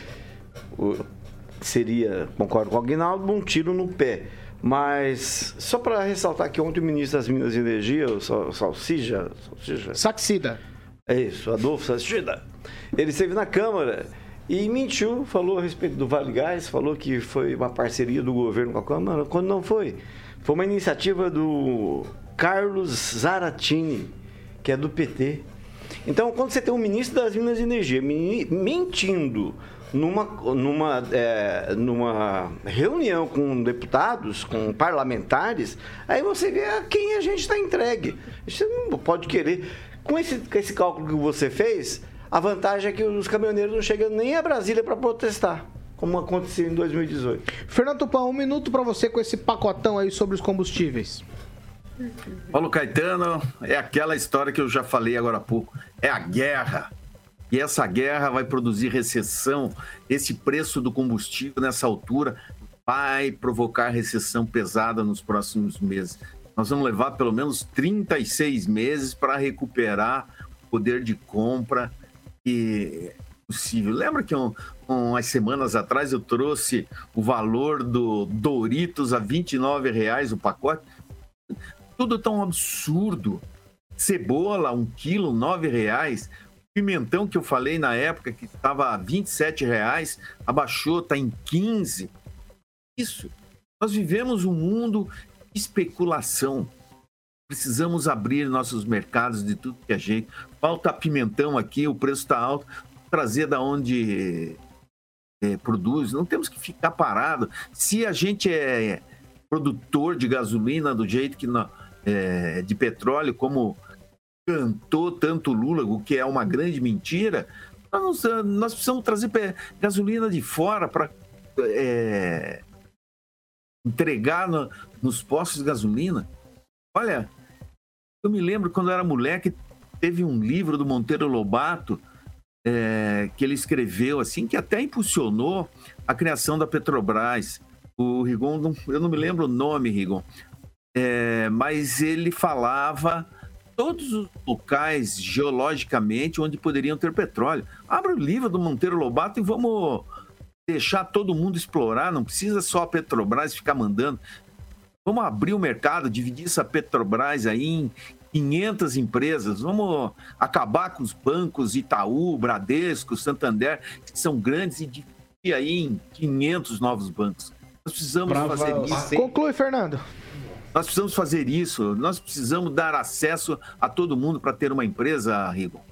seria, concordo com o Aguinaldo, um tiro no pé. Mas, só para ressaltar que ontem o ministro das Minas e Energia, o Salsicha... Salsicha Saxida. É isso, Adolfo Saxida. Ele esteve na Câmara e mentiu, falou a respeito do Vale Gás, falou que foi uma parceria do governo com a Câmara, quando não foi. Foi uma iniciativa do Carlos Zaratini, que é do P T. Então, quando você tem um ministro das Minas e Energia mentindo numa, numa, é, numa reunião com deputados, com parlamentares, aí você vê a quem a gente está entregue. Você não pode querer... Com esse, com esse cálculo que você fez, a vantagem é que os caminhoneiros não chegam nem a Brasília para protestar, como aconteceu em dois mil e dezoito. Fernando Tupan, um minuto para você com esse pacotão aí sobre os combustíveis. Paulo Caetano, é aquela história que eu já falei agora há pouco. É a guerra. E essa guerra vai produzir recessão. Esse preço do combustível nessa altura vai provocar recessão pesada nos próximos meses. Nós vamos levar pelo menos trinta e seis meses para recuperar o poder de compra que é possível. Lembra que um, umas semanas atrás eu trouxe o valor do Doritos a vinte e nove reais o pacote? Tudo tão absurdo. Cebola, um quilo, nove reais. Pimentão que eu falei na época que estava a vinte e sete reais, abaixou, está em quinze. Isso. Nós vivemos um mundo especulação. Precisamos abrir nossos mercados de tudo que é jeito. Falta pimentão aqui, o preço está alto. Trazer da onde é, produz. Não temos que ficar parado. Se a gente é produtor de gasolina do jeito que não, é, de petróleo, como cantou tanto Lula, o que é uma grande mentira, nós, nós precisamos trazer gasolina de fora para é, entregar no, nos postos de gasolina. Olha, eu me lembro quando eu era moleque, teve um livro do Monteiro Lobato é, que ele escreveu assim, que até impulsionou a criação da Petrobras. O Rigon, não, eu não me lembro o nome, Rigon, é, mas ele falava todos os locais geologicamente onde poderiam ter petróleo. Abra o livro do Monteiro Lobato e vamos deixar todo mundo explorar, não precisa só a Petrobras ficar mandando. Vamos abrir o mercado, dividir essa Petrobras aí em quinhentas empresas, vamos acabar com os bancos Itaú, Bradesco, Santander, que são grandes, e dividir aí em quinhentos novos bancos. Nós precisamos Brava. fazer isso. Conclui, Fernando. Nós precisamos fazer isso, nós precisamos dar acesso a todo mundo para ter uma empresa, Rigo.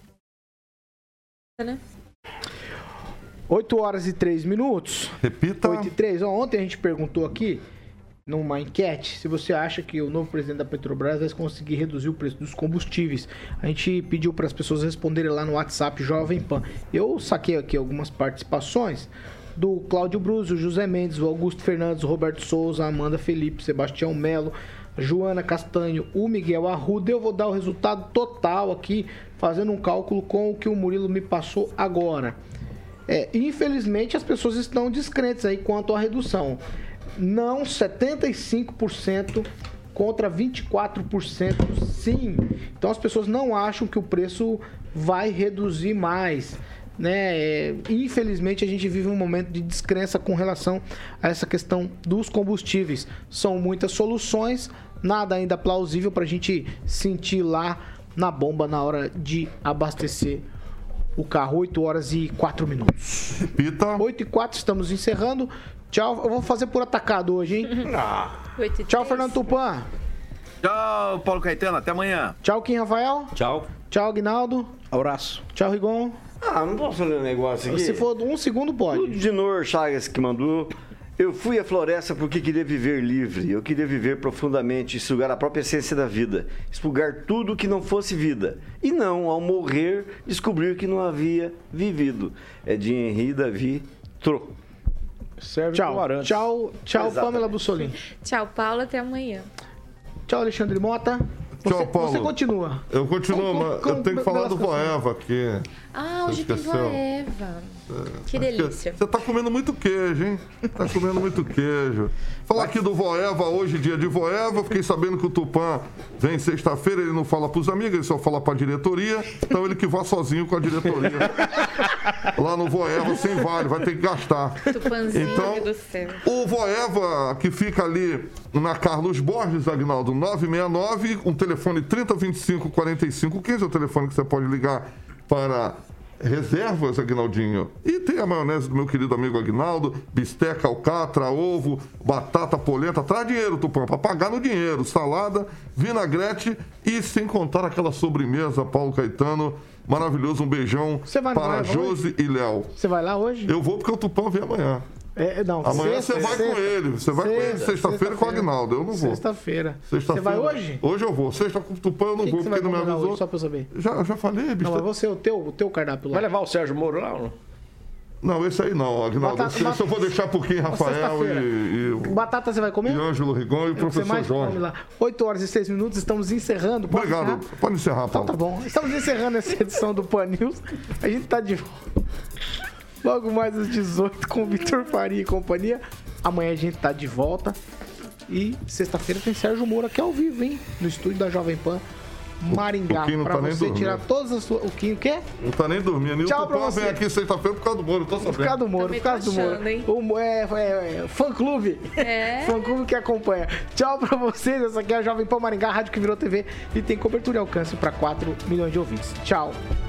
oito horas e três minutos. Repita. oito e três. Ontem a gente perguntou aqui, numa enquete, se você acha que o novo presidente da Petrobras vai conseguir reduzir o preço dos combustíveis. A gente pediu para as pessoas responderem lá no WhatsApp Jovem Pan. Eu saquei aqui algumas participações do Cláudio Bruzzo, José Mendes, o Augusto Fernandes, o Roberto Souza, a Amanda Felipe, Sebastião Melo, Joana Castanho, o Miguel Arruda. Eu vou dar o resultado total aqui, fazendo um cálculo com o que o Murilo me passou agora. É, infelizmente, as pessoas estão descrentes aí quanto à redução. Não, setenta e cinco por cento contra vinte e quatro por cento sim. Então, as pessoas não acham que o preço vai reduzir mais. Né? É, infelizmente a gente vive um momento de descrença com relação a essa questão dos combustíveis. São muitas soluções, nada ainda plausível para a gente sentir lá na bomba na hora de abastecer o carro. oito horas e quatro minutos. Repita. oito e quatro, estamos encerrando. Tchau, eu vou fazer por atacado hoje, hein? Ah. Tchau, Fernando Tupan. Tchau, Paulo Caetano, até amanhã. Tchau, Kim Rafael. Tchau. Tchau, Aguinaldo. Abraço. Tchau, Rigon. Ah, não posso ler um negócio aqui? Se for um segundo, pode. O Dinor Chagas que mandou. Eu fui à floresta porque queria viver livre. Eu queria viver profundamente, sugar a própria essência da vida. Expurgar tudo que não fosse vida. E não, ao morrer, descobrir que não havia vivido. É de Henri Davi Tro. Serve tchau. Tchau, tchau, Exatamente. Pamela Bussolini. Tchau, Paulo. Até amanhã. Tchau, Alexandre Mota. Você, Tchau, Paulo. Você continua. Eu continuo, com, com, mas eu tenho que falar do Voeva aqui. Ah, hoje tem Voeva. Que delícia. Você tá comendo muito queijo, hein? Tá comendo muito queijo. Falar aqui do Voeva, hoje dia de Voeva. Fiquei sabendo que o Tupã vem sexta-feira, ele não fala pros amigos, ele só fala pra diretoria. Então ele que vá sozinho com a diretoria. Lá no Voeva, sem vale, vai ter que gastar. Tupanzinho então, do céu. O Voeva, que fica ali na Carlos Borges, Aguinaldo, nove seis nove, um telefone trinta, vinte e cinco, quarenta e cinco, quinze, é o telefone que você pode ligar para reservas, Aguinaldinho. E tem a maionese do meu querido amigo Aguinaldo, bisteca, alcatra, ovo, batata, polenta. Traz dinheiro, Tupã, para pagar no dinheiro. Salada, vinagrete e sem contar aquela sobremesa, Paulo Caetano. Maravilhoso, um beijão para Josi e Léo. Você vai lá hoje? Eu vou porque o Tupã vem amanhã. É, não, amanhã sexta, você vai sexta, com ele. Você vai sexta, com ele sexta-feira com o Aguinaldo. Eu não vou. Sexta-feira. Sexta Você vai hoje? Hoje eu vou. Sexta com o Tupã eu não que vou, que porque não me avisou. Hoje, só pra eu saber. Já, já falei, bicho. Não, mas você, o teu, o teu cardápio lá. Vai levar o Sérgio Moro lá ou não? Não, esse aí não, Aguinaldo. Batata, esse, esse eu vou deixar por quem, Rafael e, e... Batata você vai comer? E Ângelo Rigon e o professor mais Jorge. Come lá. oito horas e seis minutos, estamos encerrando. Pode Obrigado. encerrar? Pode encerrar, Paulo. Então tá bom. Estamos encerrando essa edição do Pan News. A gente tá de volta. Logo mais às dezoito com o Vitor Faria e companhia. Amanhã a gente tá de volta. E sexta-feira tem Sérgio Moro aqui ao vivo, hein? No estúdio da Jovem Pan Maringá. O, o pra tá você tirar todas as suas... O Quinho quer? Não tá nem dormindo. E Tchau o Tupã vem aqui sexta-feira por causa do Moro, tô sabendo. Por causa do Moro, Tá por causa do Moro. achando, O, é, é, é, fã-clube. É. Fã-clube que acompanha. Tchau pra vocês. Essa aqui é a Jovem Pan Maringá, rádio que virou T V e tem cobertura e alcance pra quatro milhões de ouvintes. Tchau.